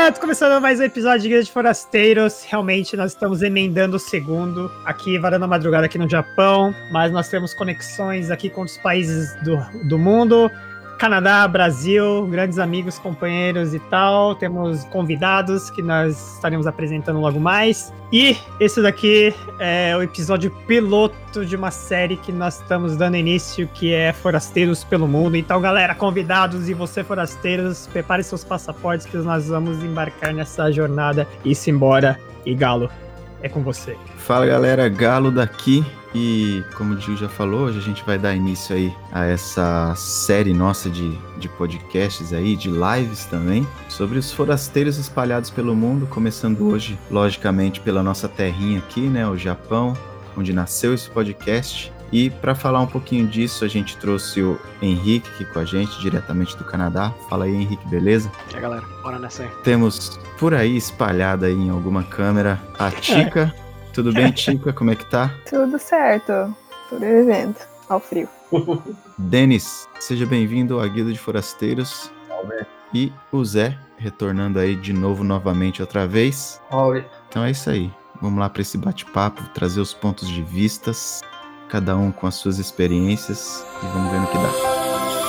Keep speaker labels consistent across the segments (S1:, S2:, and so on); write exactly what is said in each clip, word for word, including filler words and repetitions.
S1: galera, tô começando mais um episódio de Guia de Forasteiros. Realmente nós estamos emendando o segundo, aqui varando a madrugada aqui no Japão, mas nós temos conexões aqui com outros países do, do mundo, Canadá, Brasil, grandes amigos, companheiros e tal. Temos convidados que nós estaremos apresentando logo mais. E esse daqui é o episódio piloto de uma série que nós estamos dando início, que é Forasteiros pelo Mundo. Então, galera, convidados e você, forasteiros, prepare seus passaportes que nós vamos embarcar nessa jornada e ir embora. E Galo, é com você.
S2: Fala, galera, Galo daqui. E como o Gil já falou, hoje a gente vai dar início aí a essa série nossa de, de podcasts aí, de lives também, sobre os forasteiros espalhados pelo mundo, começando hoje, logicamente, pela nossa terrinha aqui, né, o Japão, onde nasceu esse podcast. E para falar um pouquinho disso, a gente trouxe o Henrique aqui com a gente, diretamente do Canadá. Fala aí, Henrique, beleza?
S3: E aí, galera, bora nessa aí.
S2: Temos por aí, espalhada aí em alguma câmera, a Tica. Tudo bem, Tica? Como é que tá?
S4: Tudo certo. Sobrevivendo ao frio.
S2: Denis, seja bem-vindo à Guilda de Forasteiros.
S5: Salve.
S2: E o Zé, retornando aí de novo, novamente, outra vez.
S5: Oi.
S2: Então é isso aí. Vamos lá para esse bate-papo, trazer os pontos de vistas, cada um com as suas experiências, e vamos ver no que dá.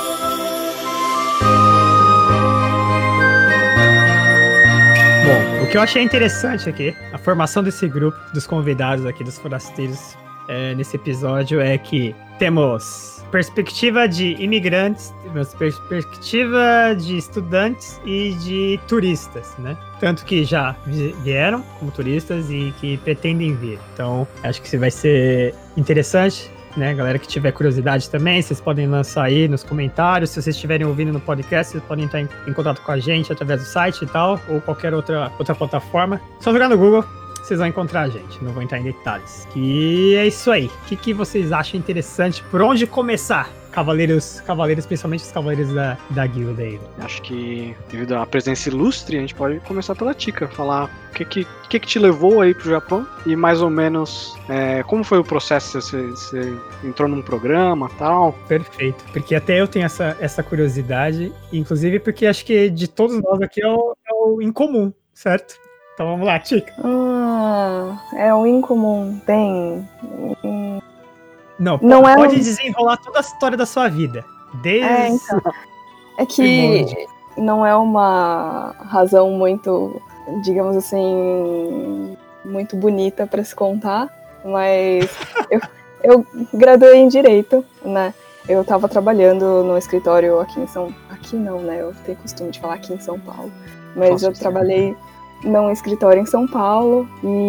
S1: Bom, o que eu achei interessante aqui, a formação desse grupo, dos convidados aqui, dos forasteiros, é, nesse episódio, é que temos perspectiva de imigrantes, temos perspectiva de estudantes e de turistas, né? Tanto que já vieram como turistas e que pretendem vir. Então, acho que isso vai ser interessante, né? Galera que tiver curiosidade também, vocês podem lançar aí nos comentários. Se vocês estiverem ouvindo no podcast, vocês podem estar em, em contato com a gente através do site e tal, ou qualquer outra, outra plataforma. Só jogar no Google, vocês vão encontrar a gente. Não vou entrar em detalhes. E é isso aí. O que, que vocês acham interessante? Por onde começar? Cavaleiros, cavaleiros, principalmente os cavaleiros da, da guilda aí.
S3: Acho que, devido à presença ilustre, a gente pode começar pela Tica, falar o que que, que que te levou aí pro Japão e mais ou menos é, como foi o processo, você, você entrou num programa e tal.
S1: Perfeito, porque até eu tenho essa, essa curiosidade, inclusive porque acho que de todos nós aqui é o, é o incomum, certo? Então vamos lá, Tica.
S4: Hum, é o incomum, bem... Hum,
S1: Não,
S4: não
S1: pode,
S4: é
S1: pode
S4: um...
S1: desenrolar toda a história da sua vida. Desde...
S4: É, então. É que não é uma razão muito, digamos assim, muito bonita para se contar, mas eu, eu graduei em Direito, né? Eu estava trabalhando no escritório aqui em São... Aqui não, né? Eu tenho costume de falar aqui em São Paulo. Mas Nossa, eu trabalhei num escritório em São Paulo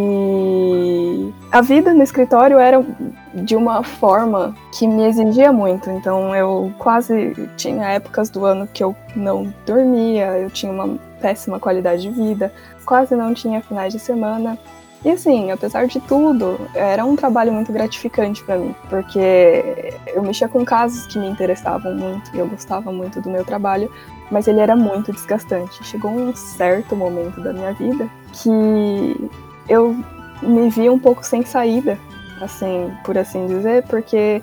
S4: e a vida no escritório era de uma forma que me exigia muito, então eu quase tinha épocas do ano que eu não dormia, eu tinha uma péssima qualidade de vida, quase não tinha finais de semana. E assim, apesar de tudo, era um trabalho muito gratificante para mim, porque eu mexia com casos que me interessavam muito e eu gostava muito do meu trabalho, mas ele era muito desgastante. Chegou um certo momento da minha vida que eu me via um pouco sem saída, assim, por assim dizer, porque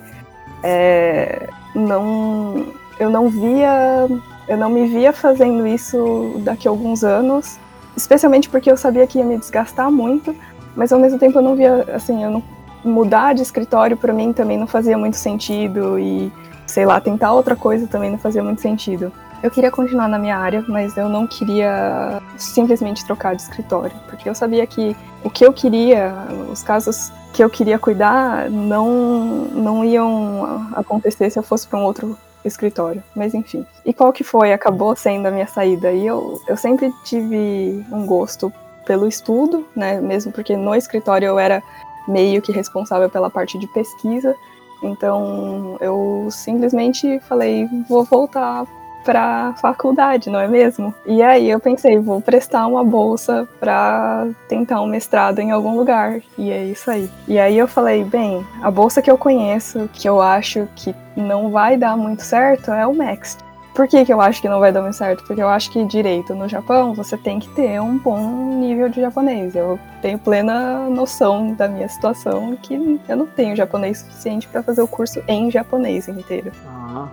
S4: é, não, eu não via, eu não me via fazendo isso daqui a alguns anos, especialmente porque eu sabia que ia me desgastar muito, mas ao mesmo tempo eu não via, assim, eu não, mudar de escritório para mim também não fazia muito sentido e, sei lá, tentar outra coisa também não fazia muito sentido. Eu queria continuar na minha área, mas eu não queria simplesmente trocar de escritório, porque eu sabia que o que eu queria, os casos que eu queria cuidar não, não iam acontecer se eu fosse para um outro escritório, mas enfim. E qual que foi? Acabou sendo a minha saída. E eu, eu sempre tive um gosto pelo estudo, né? Mesmo porque no escritório eu era meio que responsável pela parte de pesquisa, então eu simplesmente falei, vou voltar para faculdade, não é mesmo? E aí eu pensei, vou prestar uma bolsa para tentar um mestrado em algum lugar, e é isso aí. E aí eu falei, bem, a bolsa que eu conheço, que eu acho que não vai dar muito certo, é o Next. Por que que eu acho que não vai dar muito certo? Porque eu acho que direito no Japão, você tem que ter um bom nível de japonês. Eu tenho plena noção da minha situação, que eu não tenho japonês suficiente para fazer o curso em japonês inteiro.
S3: Ah.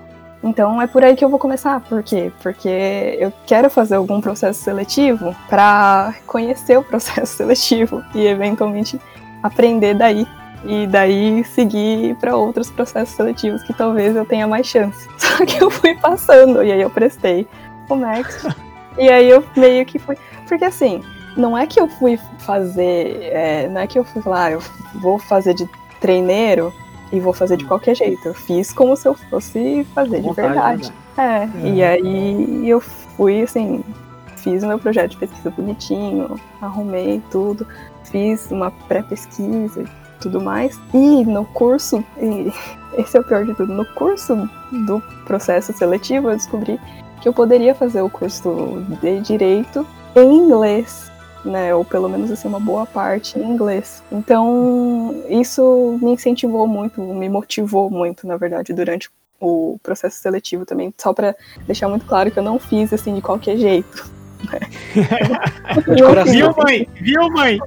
S4: Então é por aí que eu vou começar. Por quê? Porque eu quero fazer algum processo seletivo para conhecer o processo seletivo e eventualmente aprender daí. E daí seguir para outros processos seletivos que talvez eu tenha mais chance. Só que eu fui passando, e aí eu prestei o Max. E aí eu meio que fui... Porque assim, não é que eu fui fazer... É, não é que eu fui falar, ah, eu vou fazer de treineiro e vou fazer de qualquer jeito. Eu fiz como se eu fosse fazer de verdade. É, é, e aí eu fui, assim... Fiz o meu projeto de pesquisa bonitinho, arrumei tudo. Fiz uma pré-pesquisa tudo mais. E no curso, e esse é o pior de tudo, no curso do processo seletivo eu descobri que eu poderia fazer o curso de Direito em inglês, né, ou pelo menos assim, uma boa parte em inglês. Então, isso me incentivou muito, me motivou muito, na verdade, durante o processo seletivo também, só para deixar muito claro que eu não fiz assim de qualquer jeito.
S1: Viu, mãe? Viu, mãe?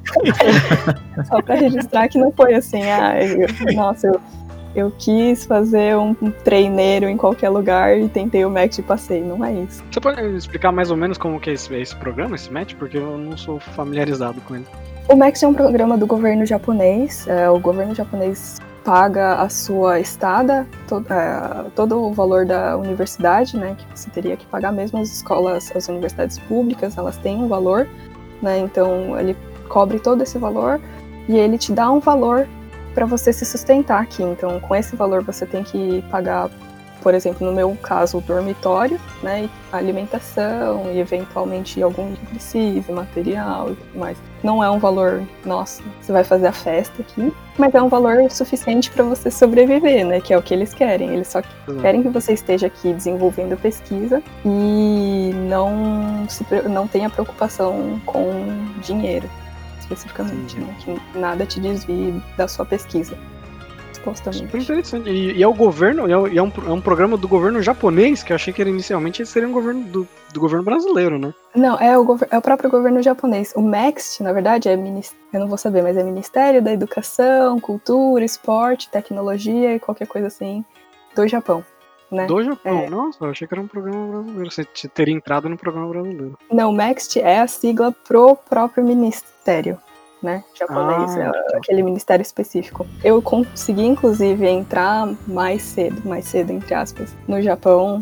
S4: Só pra registrar que não foi assim, ah, eu, nossa, eu, eu quis fazer um, um treineiro em qualquer lugar e tentei o Max e passei, não é isso.
S3: Você pode explicar mais ou menos como que é esse, esse programa, esse Match? Porque eu não sou familiarizado com ele.
S4: O Max é um programa do governo japonês, é, o governo japonês paga a sua estada, to, é, todo o valor da universidade, né, que você teria que pagar mesmo as escolas, as universidades públicas, elas têm um valor, né, então ele cobre todo esse valor e ele te dá um valor para você se sustentar aqui. Então, com esse valor você tem que pagar, por exemplo, no meu caso, o dormitório, né, alimentação e eventualmente algum que precise, material e tudo mais. Não é um valor, nossa, você vai fazer a festa aqui, mas é um valor suficiente para você sobreviver, né, que é o que eles querem. Eles só querem que você esteja aqui desenvolvendo pesquisa e não, se, não tenha preocupação com dinheiro, especificamente, né, que nada te desvie da sua pesquisa.
S3: Super interessante. E, e é o governo, e é, e é, um, é um programa do governo japonês, que eu achei que era inicialmente seria um governo do, do governo brasileiro, né?
S4: Não, é o, é o próprio governo japonês. O M E X T, na verdade, é eu não vou saber, mas é Ministério da Educação, Cultura, Esporte, Tecnologia e qualquer coisa assim do Japão, né?
S3: Do Japão?
S4: É.
S3: Nossa, eu achei que era um programa brasileiro. Você teria entrado no programa brasileiro.
S4: Não, o M E X T é a sigla pro próprio ministério, né, japonês, ah, é aquele ministério específico. Eu consegui, inclusive, entrar mais cedo, mais cedo, entre aspas, no Japão,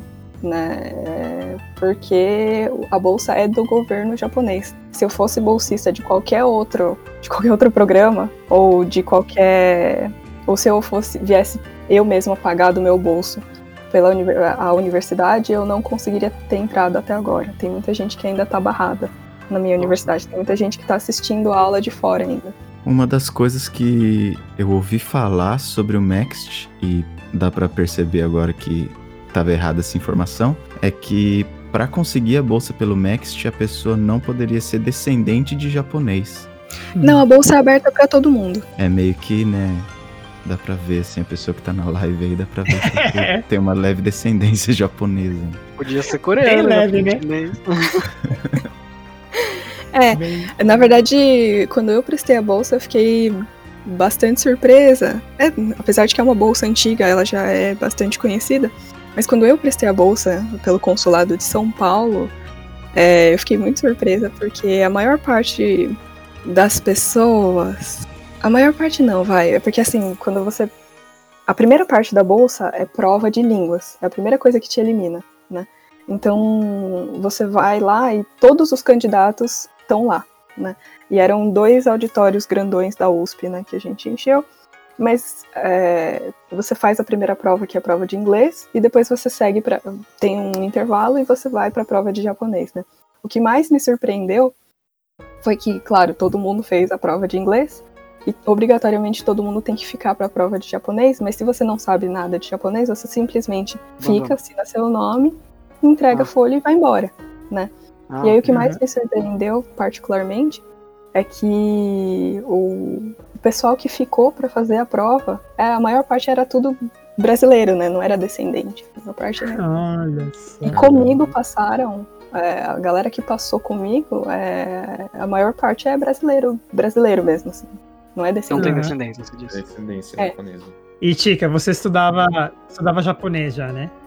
S4: né, porque a bolsa é do governo japonês. Se eu fosse bolsista de qualquer outro, de qualquer outro programa, ou de qualquer, ou se eu fosse, viesse eu mesma pagar do meu bolso pela uni- a universidade, eu não conseguiria ter entrado até agora. Tem muita gente que ainda tá barrada na minha universidade. Tem muita gente que tá assistindo a aula de fora ainda.
S2: Uma das coisas que eu ouvi falar sobre o M E X T, e dá pra perceber agora que estava errada essa informação, é que para conseguir a bolsa pelo M E X T, a pessoa não poderia ser descendente de japonês.
S4: Não, a bolsa é aberta pra todo mundo.
S2: É meio que, né, dá pra ver, assim, a pessoa que tá na live aí, dá pra ver que tem uma leve descendência japonesa.
S3: Podia ser coreano,
S1: bem leve,
S3: né?
S4: É, na verdade, quando eu prestei a bolsa, eu fiquei bastante surpresa. É, apesar de que é uma bolsa antiga, ela já é bastante conhecida. Mas quando eu prestei a bolsa pelo consulado de São Paulo, é, eu fiquei muito surpresa, porque a maior parte das pessoas... A maior parte não, vai. É porque assim, quando você... A primeira parte da bolsa é prova de línguas. É a primeira coisa que te elimina, né? Então, você vai lá e todos os candidatos estão lá, né? E eram dois auditórios grandões da U S P, né, que a gente encheu. Mas é, você faz a primeira prova, que é a prova de inglês, e depois você segue para tem um intervalo e você vai para a prova de japonês, né? O que mais me surpreendeu foi que, claro, todo mundo fez a prova de inglês e obrigatoriamente todo mundo tem que ficar para a prova de japonês, mas se você não sabe nada de japonês, você simplesmente fica, assina seu nome, entrega a folha e vai embora, né? Ah, e aí o que mais me surpreendeu particularmente é que o pessoal que ficou para fazer a prova, a maior parte era tudo brasileiro, né? Não era descendente. A maior parte era...
S1: Olha só.
S4: E comigo passaram, é, a galera que passou comigo, é, a maior parte é brasileiro, brasileiro mesmo, assim. Não é descendente.
S3: Não tem descendência, você disse.
S5: Descendência
S4: é.
S5: japonesa.
S1: E Tika, você estudava, estudava japonês já, né?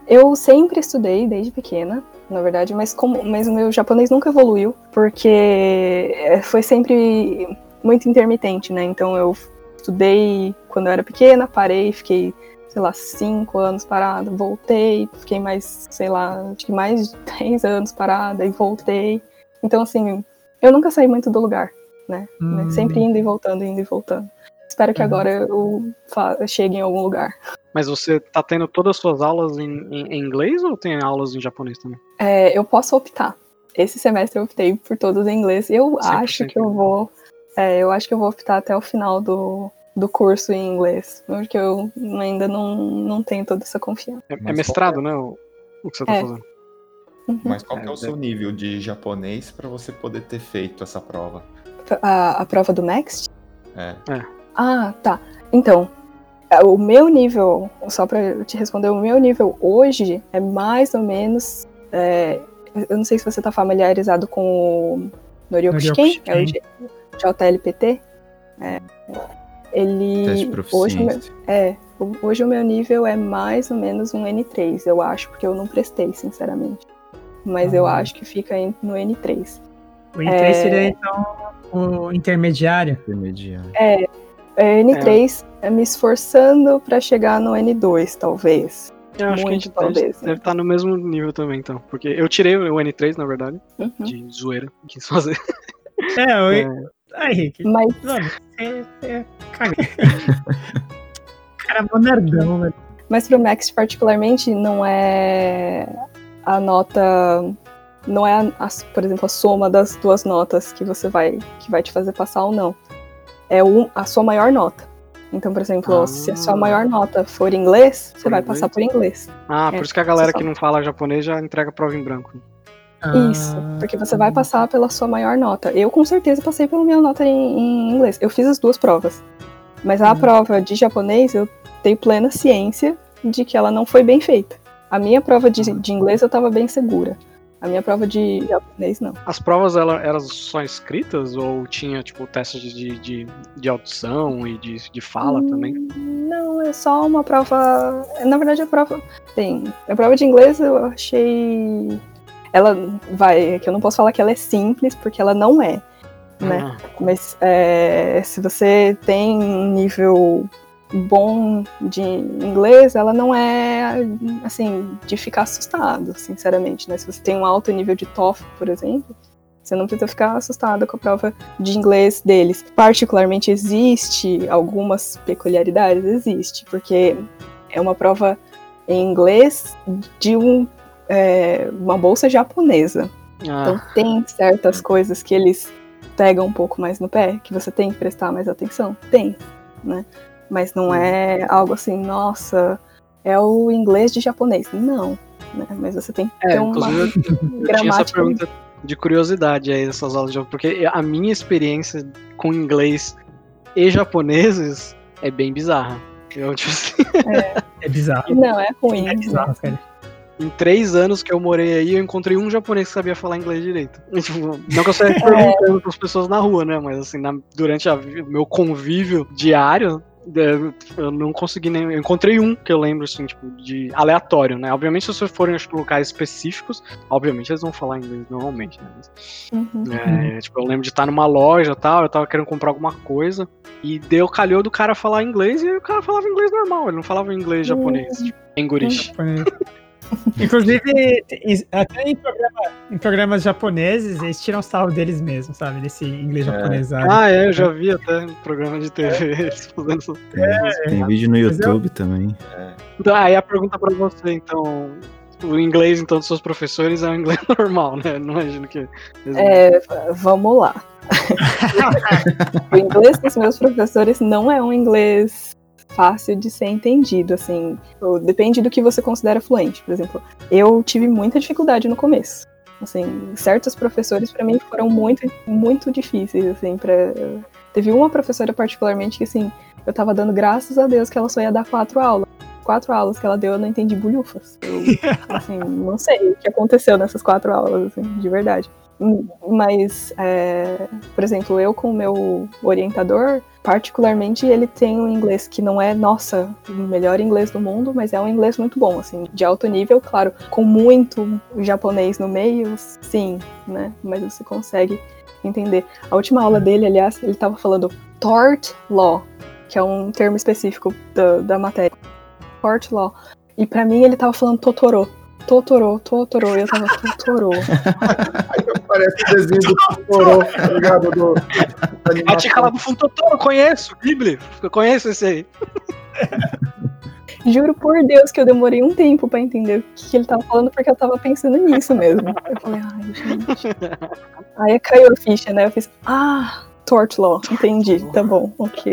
S4: Eu sempre estudei desde pequena, na verdade, mas, como, mas o meu japonês nunca evoluiu, porque foi sempre muito intermitente, né? Então eu estudei quando eu era pequena, parei, fiquei, sei lá, cinco anos parada, voltei, fiquei mais, sei lá, acho que mais de dez anos parada e voltei. Então, assim, eu nunca saí muito do lugar, né?
S1: Hum.
S4: Sempre indo e voltando, indo e voltando. Espero que
S1: Uhum.
S4: agora eu fa- chegue em algum lugar.
S3: Mas você tá tendo todas as suas aulas em, em- em inglês ou tem aulas em japonês também?
S4: É, eu posso optar. Esse semestre eu optei por todos em inglês. Eu acho que eu
S3: inglês.
S4: vou. É, eu acho que eu vou optar até o final do, do curso em inglês. Porque eu ainda não, não tenho toda essa confiança.
S3: É, é
S5: Mas
S3: mestrado,
S5: qual
S3: né? O, o que você tá
S4: É.
S3: fazendo.
S5: Mas qual que é
S3: É,
S5: o seu nível de japonês para você poder ter feito essa prova?
S4: A, a prova do Next?
S5: É.
S4: Ah, tá. Então, o meu nível, só pra eu te responder, o meu nível hoje é mais ou menos. É, eu não sei se você tá familiarizado com o Norioku Shiken, é o J L P T. É, ele.
S2: Teste de
S4: Hoje, o meu-
S2: proficiência.
S4: é, o- hoje o meu nível é mais ou menos um N três, eu acho, porque eu não prestei, sinceramente. Mas eu
S1: Ah.
S4: acho que fica em- no N três.
S1: O N três
S4: É.
S1: seria, então, o intermediário.
S2: Intermediário.
S4: É, N três é. me esforçando pra chegar no N dois, talvez.
S3: Eu acho que a
S4: Muito,
S3: gente
S4: talvez,
S3: deve,
S4: né?
S3: deve estar no mesmo nível também, então. Porque eu tirei o N três, na verdade,
S4: Uhum.
S3: de zoeira, quis fazer.
S1: É, o...
S3: É.
S1: Ai, Henrique.
S4: Mas
S1: Mano, você é caga. Cara, mó nerdão, velho.
S4: Mas pro Max, particularmente, não é a nota. Não é, a, a- por exemplo, a soma das duas notas que você vai, que vai te fazer passar ou não. É um, a sua maior nota. Então, por exemplo,
S3: Ah.
S4: se a sua maior nota for inglês, você
S3: For
S4: vai
S3: inglês?
S4: passar por inglês.
S3: Ah,
S4: É,
S3: por isso que a galera
S4: você só-
S3: que não fala japonês já entrega a prova em branco.
S4: Isso,
S1: Ah,
S4: porque você vai passar pela sua maior nota. Eu, com certeza, passei pela minha nota em, em inglês. Eu fiz as duas provas. Mas a
S1: Hum.
S4: prova de japonês, eu tenho plena ciência de que ela não foi bem feita. A minha prova de, de inglês, eu tava bem segura. A minha prova de japonês, não.
S3: As provas ela, eram só escritas ou tinha tipo teste de, de, de audição e de, de fala
S4: Hum,
S3: também?
S4: Não, é só uma prova. Na verdade, a prova. Tem. A prova de inglês eu achei. Ela vai. Que eu não posso falar que ela é simples, porque ela não é. Né?
S3: Ah,
S4: Mas é, se você tem um nível bom de inglês, ela não é, assim, de ficar assustado, sinceramente, né? Se você tem um alto nível de TOEFL, por exemplo, você não precisa ficar assustado com a prova de inglês deles. Particularmente, existe algumas peculiaridades, existe, porque é uma prova em inglês de um, é, uma bolsa japonesa. Então
S3: ah,
S4: tem certas coisas que eles pegam um pouco mais no pé, que você tem que prestar mais atenção? Tem, né? Mas não é algo assim, nossa, é o inglês de japonês. Não, né? Mas você tem que ter
S3: é,
S4: uma
S3: inclusive eu, eu tinha essa
S4: gramática.
S3: pergunta de curiosidade aí dessas aulas de japonês, porque a minha experiência com inglês e japoneses é bem bizarra. Eu, tipo assim,
S1: é bizarro.
S4: Não, é ruim.
S1: É bizarro, cara.
S3: em três anos que eu morei aí, eu encontrei um japonês que sabia falar inglês direito. Tipo, não que eu saia perguntando pras pessoas na rua, né? Mas assim, na- durante o meu convívio diário, é, eu não consegui nem. Eu encontrei um que eu lembro, assim, tipo, de aleatório, né? Obviamente, se vocês forem em locais específicos, obviamente eles vão falar inglês normalmente, né? Mas,
S4: Uhum.
S3: é, tipo, eu lembro de estar numa loja e tal, eu tava querendo comprar alguma coisa, e deu calhou do cara falar inglês, e o cara falava inglês normal, ele não falava inglês japonês, tipo, engurish.
S1: Inclusive, tem- até em, programa- em programas japoneses, eles tiram sarro deles mesmos, sabe? Desse inglês
S5: É.
S1: japonesado.
S3: Ah, é, eu já vi até no programa de T V eles fazendo isso.
S2: Tem, tem vídeo no
S1: Mas eu-
S2: YouTube também.
S3: Então, aí a pergunta pra você, então, o inglês, então, dos seus professores é um inglês normal, né? Não imagino que... eles-
S4: É, vamos lá. O inglês dos meus professores não é um inglês fácil de ser entendido, assim. Depende do que você considera fluente. Por exemplo, eu tive muita dificuldade no começo. Assim, certos professores para mim foram muito, muito difíceis, assim, para. Teve uma professora particularmente que, assim, eu tava dando graças a Deus que ela só ia dar quatro aulas. Quatro aulas que ela deu, eu não entendi bulhufas. Eu, assim, não sei o que aconteceu nessas quatro aulas, assim, de verdade. Mas, é, por exemplo, eu com o meu orientador, Particularmente, ele tem um inglês que não é, nossa, o melhor inglês do mundo, mas é um inglês muito bom, assim, de alto nível, claro, com muito japonês no meio, sim, né? Mas você consegue entender. A última aula dele, aliás, ele estava falando tort law, que é um termo específico da, da matéria. Tort law. E pra mim, ele tava falando Totoro. Totoro, Totoro, eu tava Totoro.
S5: Aí parece o desenho do Totoro, tá ligado? Do,
S3: A tica lá do fundo, Totoro, conheço, Ghibli, eu conheço esse aí.
S4: Juro por Deus que eu demorei um tempo pra entender o que, que ele tava falando, porque eu tava pensando nisso mesmo. Eu falei, ai, gente. Aí caiu a ficha, né? Eu fiz, ah, Tort Law, entendi, tá bom, ok.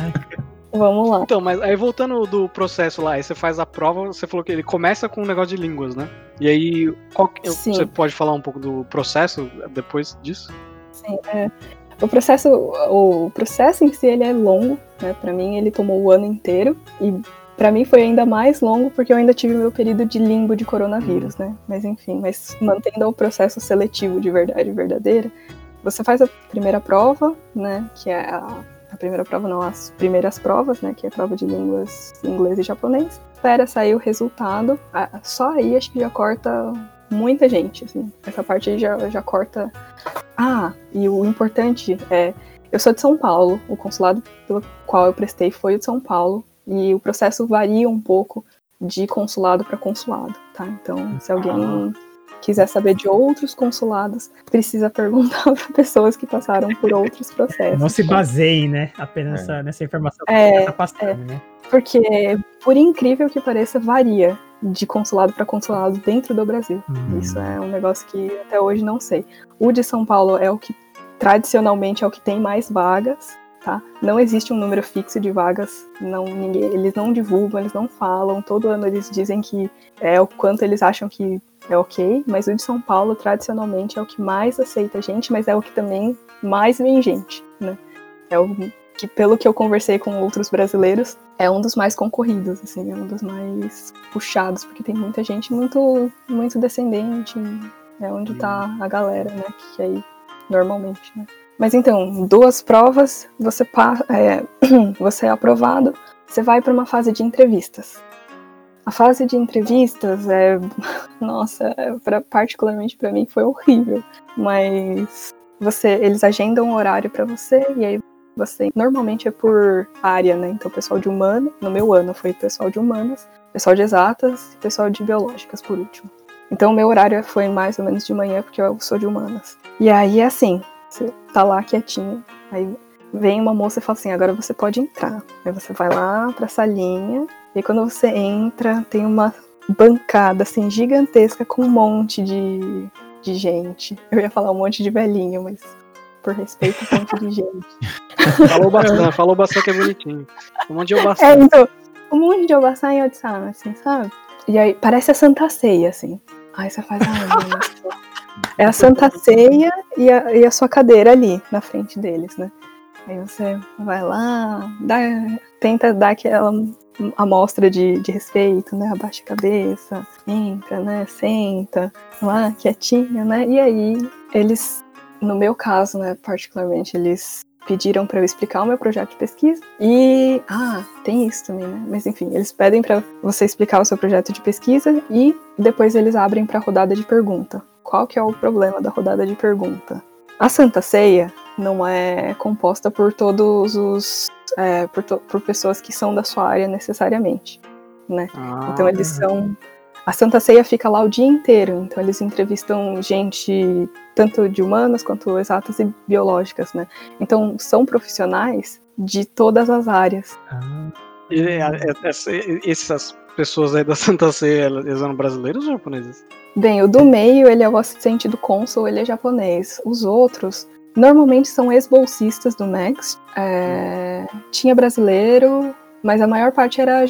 S4: Vamos lá.
S3: Então, mas aí voltando do processo lá, aí você faz a prova, você falou que ele começa com um negócio de línguas, né? E aí, qual que, você pode falar um pouco do processo depois disso?
S4: Sim, é. O processo, o processo em si, ele é longo, né? Pra mim, ele tomou o ano inteiro e pra mim foi ainda mais longo porque eu ainda tive meu período de limbo de coronavírus, né? Mas enfim, mas mantendo o processo seletivo de verdade verdadeira, você faz a primeira prova, né? Que é a, a primeira prova, não, as primeiras provas, né? Que é a prova de línguas inglês e japonês. Espera sair o resultado. Só aí acho que já corta muita gente, assim. Essa parte aí já, já corta. Ah, e o importante é, eu sou de São Paulo, o consulado pelo qual eu prestei foi o de São Paulo. E o processo varia um pouco de consulado para consulado, tá? Então, se alguém quiser saber de outros consulados, precisa perguntar para pessoas que passaram por outros processos.
S1: Não se baseie, né? Apenas é. nessa, nessa informação que
S4: é,
S1: você está passando, é. né?
S4: Porque, por incrível que pareça, varia de consulado para consulado dentro do Brasil. Hum. Isso é um negócio que até hoje não sei. O de São Paulo é o que, tradicionalmente, é o que tem mais vagas. Tá? Não existe um número fixo de vagas, não, ninguém, eles não divulgam, eles não falam, todo ano eles dizem que é o quanto eles acham que é ok, mas o de São Paulo tradicionalmente é o que mais aceita gente, mas é o que também mais vem gente, né? É o que, pelo que eu conversei com outros brasileiros, é um dos mais concorridos, assim, é um dos mais puxados, porque tem muita gente muito, muito descendente, é onde tá a galera, né, que aí normalmente, né? Mas então, duas provas, você, pa- é, você é aprovado, você vai para uma fase de entrevistas. A fase de entrevistas é, nossa, pra, particularmente para mim foi horrível, mas você, eles agendam um horário para você e aí você, normalmente é por área, né? Então, pessoal de humanas, no meu ano foi pessoal de humanas, pessoal de exatas e pessoal de biológicas, por último. Então, o meu horário foi mais ou menos de manhã, porque eu sou de humanas. E aí, assim, você tá lá quietinho, aí vem uma moça e fala assim, agora você pode entrar. Aí você vai lá pra salinha, e quando você entra, tem uma bancada, assim, gigantesca com um monte de, de gente. Eu ia falar um monte de velhinho, mas por respeito, um monte de gente.
S3: Falou bastante, falou bastante que é bonitinho. Um monte de obaçã.
S4: É, então, um monte de obaçã e obaçã, assim, sabe? E aí, parece a Santa Ceia, assim. Aí você faz, ah, meu Deus. É a Santa Ceia e a, e a sua cadeira ali, na frente deles, né? Aí você vai lá, dá, tenta dar aquela amostra de, de respeito, né? Abaixa a cabeça, entra, né? Senta, lá, quietinha, né? E aí, eles, no meu caso, né, particularmente, eles pediram para eu explicar o meu projeto de pesquisa e... Ah, tem isso também, né? Mas enfim, eles pedem para você explicar o seu projeto de pesquisa e depois eles abrem para a rodada de pergunta. Qual que é o problema da rodada de pergunta? A Santa Ceia não é composta por todos os... É, por, to, por pessoas que são da sua área necessariamente, né? Ah, então eles são... A Santa Ceia fica lá o dia inteiro, então eles entrevistam gente tanto de humanas quanto exatas e biológicas, né? Então são profissionais de todas as áreas.
S3: Ah. E essa, essas pessoas aí da Santa Ceia, eles eram brasileiros ou japoneses?
S4: Bem, o do meio, ele é o assistente do cônsul, ele é japonês. Os outros, normalmente são ex-bolsistas do Max. É, tinha brasileiro, mas a maior parte era,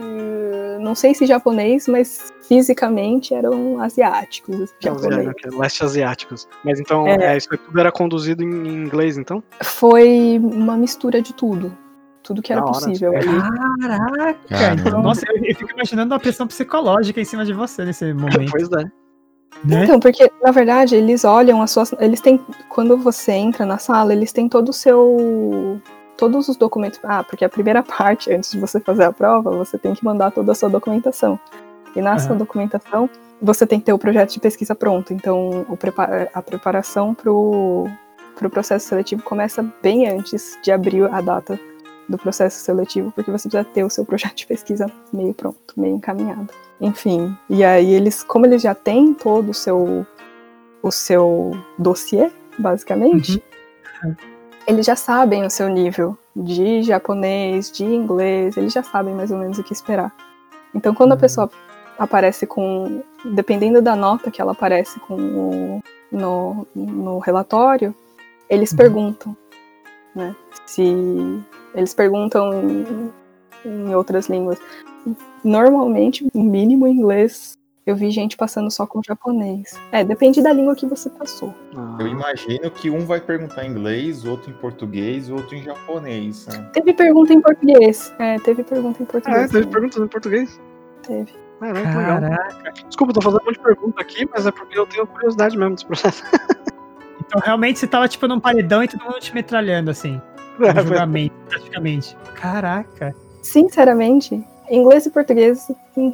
S4: não sei se japonês, mas fisicamente eram asiáticos.
S3: Japonês. Leste asiáticos. Mas então, é. É, isso tudo era conduzido em inglês, então?
S4: Foi uma mistura de tudo. Tudo que era
S3: hora,
S4: possível.
S1: Caraca! Então, nossa, eu, eu fico imaginando uma pressão psicológica em cima de você nesse momento.
S3: Pois é.
S1: Né?
S4: Então, porque, na verdade, eles olham as suas... Eles têm... Quando você entra na sala, eles têm todo o seu... todos os documentos... Ah, porque a primeira parte, antes de você fazer a prova, você tem que mandar toda a sua documentação. E na uhum. sua documentação, você tem que ter o projeto de pesquisa pronto. Então, o prepara- a preparação para o pro processo seletivo começa bem antes de abrir a data do processo seletivo, porque você precisa ter o seu projeto de pesquisa meio pronto, meio encaminhado. Enfim, e aí eles, como eles já têm todo o seu, o seu dossiê, basicamente, uhum. eles já sabem o seu nível de japonês, de inglês, eles já sabem mais ou menos o que esperar. Então, quando uhum. a pessoa aparece com, dependendo da nota que ela aparece com o, no, no relatório, eles uhum. perguntam, né, se... Eles perguntam em, em outras línguas. Normalmente, o mínimo em inglês, eu vi gente passando só com japonês. É, depende da língua que você passou.
S5: Eu imagino que um vai perguntar em inglês, outro em português, outro em japonês. Né?
S4: Teve pergunta em português. É, teve pergunta em português.
S3: Ah, é, teve pergunta em português?
S4: Teve.
S3: Caraca, que legal. Desculpa, tô fazendo um monte de pergunta aqui, mas é porque eu tenho curiosidade mesmo desse processo.
S1: Então, realmente, você tava, tipo, num paredão e todo mundo te metralhando, assim. No julgamento, praticamente. Caraca.
S4: Sinceramente, inglês e português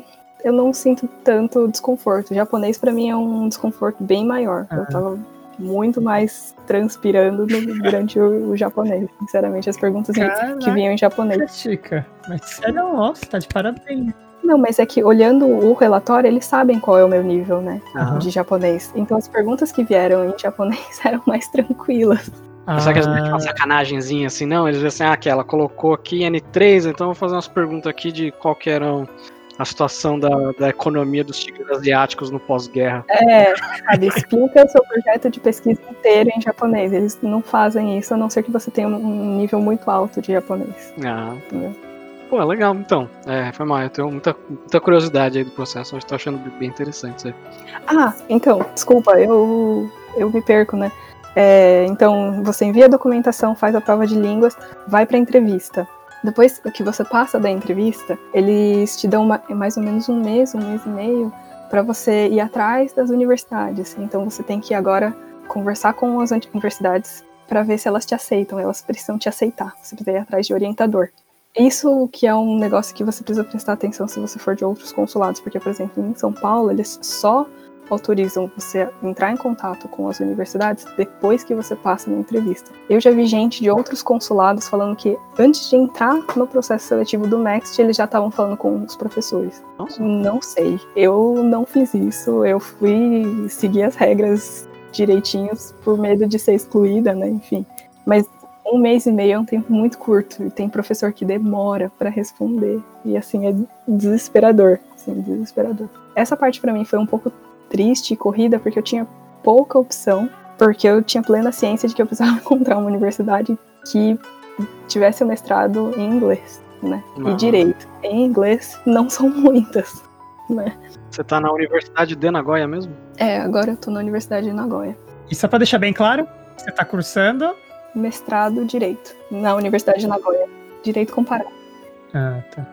S4: eu não sinto tanto desconforto. Japonês pra mim é um desconforto bem maior. Ah. Eu tava muito mais transpirando no, durante o, o japonês. Sinceramente, as perguntas Caraca, que vinham em japonês.
S1: Chica. Mas sério, nossa, tá de parabéns.
S4: Não, mas é que olhando o relatório, eles sabem qual é o meu nível, né,
S1: uhum.
S4: de japonês. Então as perguntas que vieram em japonês eram mais tranquilas.
S3: Ah. Será que eles metem uma sacanagemzinha assim, não? Eles dizem assim, ah, que ela colocou aqui N três, então eu vou fazer umas perguntas aqui de qual que era a situação da, da economia dos tigres asiáticos no pós-guerra.
S4: É, sabe, explica o seu projeto de pesquisa inteiro em japonês. Eles não fazem isso, a não ser que você tenha um nível muito alto de japonês.
S3: Ah, entendeu? Pô, é legal, então. É, foi mal, eu tenho muita, muita curiosidade aí do processo, eu tô achando bem interessante isso aí.
S4: Ah, então, desculpa, eu, eu me perco, né? É, então, você envia a documentação, faz a prova de línguas, vai para a entrevista. Depois que você passa da entrevista, eles te dão uma, mais ou menos um mês, um mês e meio, para você ir atrás das universidades. Então, você tem que agora conversar com as universidades para ver se elas te aceitam. Elas precisam te aceitar. Você precisa ir atrás de orientador. Isso que é um negócio que você precisa prestar atenção se você for de outros consulados, porque, por exemplo, em São Paulo, eles só autorizam você entrar em contato com as universidades depois que você passa na entrevista. Eu já vi gente de outros consulados falando que antes de entrar no processo seletivo do Next, eles já estavam falando com os professores. Nossa. Não sei, eu não fiz isso, eu fui seguir as regras direitinhos por medo de ser excluída, né, enfim. Mas um mês e meio é um tempo muito curto e tem professor que demora para responder e assim, é desesperador, assim, desesperador. Essa parte para mim foi um pouco triste e corrida, porque eu tinha pouca opção, porque eu tinha plena ciência de que eu precisava encontrar uma universidade que tivesse o mestrado em inglês, né? Não. E direito. Em inglês não são muitas, né?
S3: Você tá na Universidade de Nagoya mesmo?
S4: É, agora eu tô na Universidade de Nagoya.
S1: E só pra deixar bem claro, você tá cursando?
S4: Mestrado Direito, na Universidade de Nagoya. Direito comparado.
S1: Ah, tá.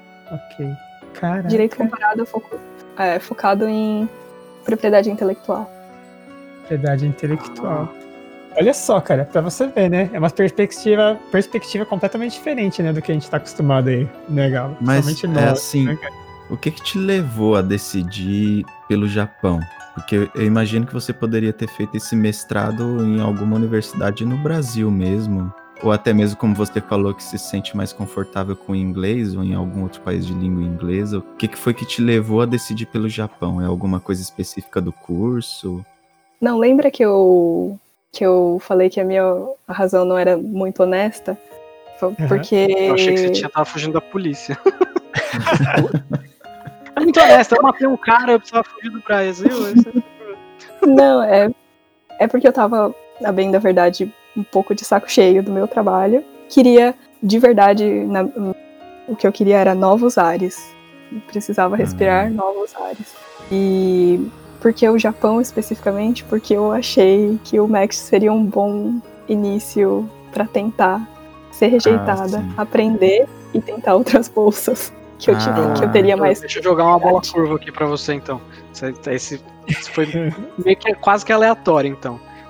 S1: Ok. Caraca.
S4: Direito comparado é, foco, é focado em propriedade intelectual.
S1: Propriedade intelectual. Ah. Olha só, cara, pra você ver, né? É uma perspectiva, perspectiva completamente diferente, né, do que a gente tá acostumado aí, né, Galo?
S2: Mas é
S1: nós,
S2: assim,
S1: né,
S2: o que que te levou a decidir pelo Japão? Porque eu imagino que você poderia ter feito esse mestrado em alguma universidade no Brasil mesmo, ou até mesmo como você falou que se sente mais confortável com o inglês ou em algum outro país de língua inglesa. O que que foi que te levou a decidir pelo Japão? É alguma coisa específica do curso?
S4: Não, lembra que eu, que eu falei que a minha a razão não era muito honesta? Porque...
S3: Eu achei que você tinha, tava fugindo da polícia. É muito honesta, eu matei um cara, eu precisava fugir do Brasil.
S4: Não, é, é porque eu tava, a bem da verdade, um pouco de saco cheio do meu trabalho. Queria, de verdade, na, o que eu queria era novos ares. Eu precisava respirar uhum. novos ares. E porque o Japão especificamente, porque eu achei que o Max seria um bom início para tentar ser rejeitada, ah, aprender e tentar outras bolsas. Que eu, ah, tive, que eu teria mais.
S3: Deixa eu jogar uma bola curva aqui pra você, então. Esse, esse foi meio que quase que aleatório, então.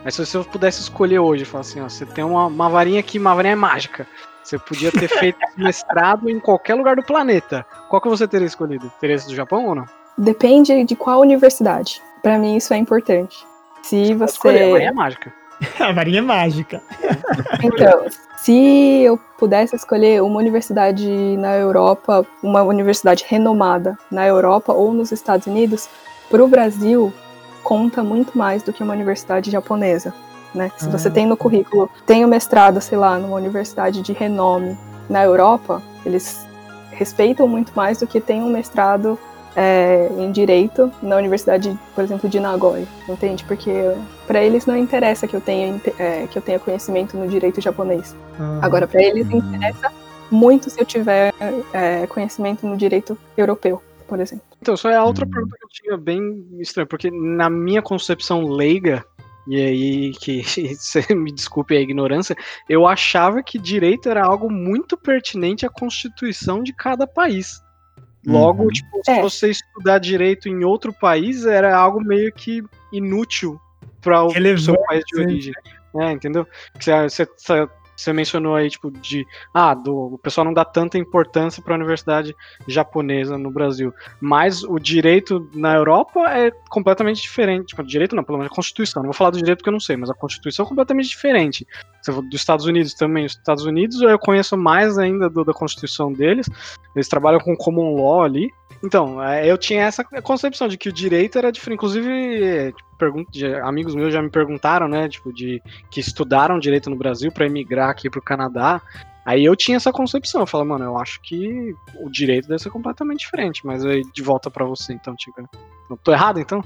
S3: Mas se você pudesse escolher hoje, falar assim, ó, você tem uma, uma varinha aqui, uma varinha mágica. Você podia ter feito mestrado em qualquer lugar do planeta. Qual que você teria escolhido? Teria esse do Japão ou não?
S4: Depende de qual universidade. Pra mim isso é importante. Se
S3: Pode
S4: você...
S3: escolher, a varinha mágica.
S1: A varinha é mágica.
S4: Então, se eu pudesse escolher uma universidade na Europa, uma universidade renomada na Europa ou nos Estados Unidos, pro Brasil conta muito mais do que uma universidade japonesa. Né? Se você
S1: Ah.
S4: tem no currículo, tem o mestrado, sei lá, numa universidade de renome na Europa, eles respeitam muito mais do que tem um mestrado é, em Direito na Universidade, por exemplo, de Nagoya, entende? Porque para eles não interessa que eu tenha, é, que eu tenha conhecimento no direito japonês.
S1: Ah.
S4: Agora, para eles
S2: Hum.
S4: interessa muito se eu tiver é, conhecimento no direito europeu, por exemplo.
S3: Então, só é a outra
S2: Hum.
S3: pergunta que eu tinha bem estranha, porque na minha concepção leiga, e aí que você me desculpe a ignorância, eu achava que direito era algo muito pertinente à constituição de cada país. Logo,
S2: Uhum.
S3: tipo, se
S4: É.
S3: você estudar direito em outro país, era algo meio que inútil para o
S1: Relevante,
S3: seu país de
S1: sim.
S3: origem. É, entendeu? Você, você, você mencionou aí, tipo, de. Ah, do, o pessoal não dá tanta importância para a universidade japonesa no Brasil. Mas o direito na Europa é completamente diferente. Tipo, direito não, pelo menos a Constituição. Não vou falar do direito porque eu não sei, mas a Constituição é completamente diferente. Você falou dos Estados Unidos também. Os Estados Unidos eu conheço mais ainda do, da Constituição deles. Eles trabalham com common law ali. Então, é, eu tinha essa concepção de que o direito era diferente. Inclusive, é, pergunto, de, amigos meus já me perguntaram, né, tipo, de que estudaram direito no Brasil para emigrar aqui pro Canadá. Aí eu tinha essa concepção. Eu falei, mano, eu acho que o direito deve ser completamente diferente. Mas aí de volta para você, então, Tica. Eu tô errado, então?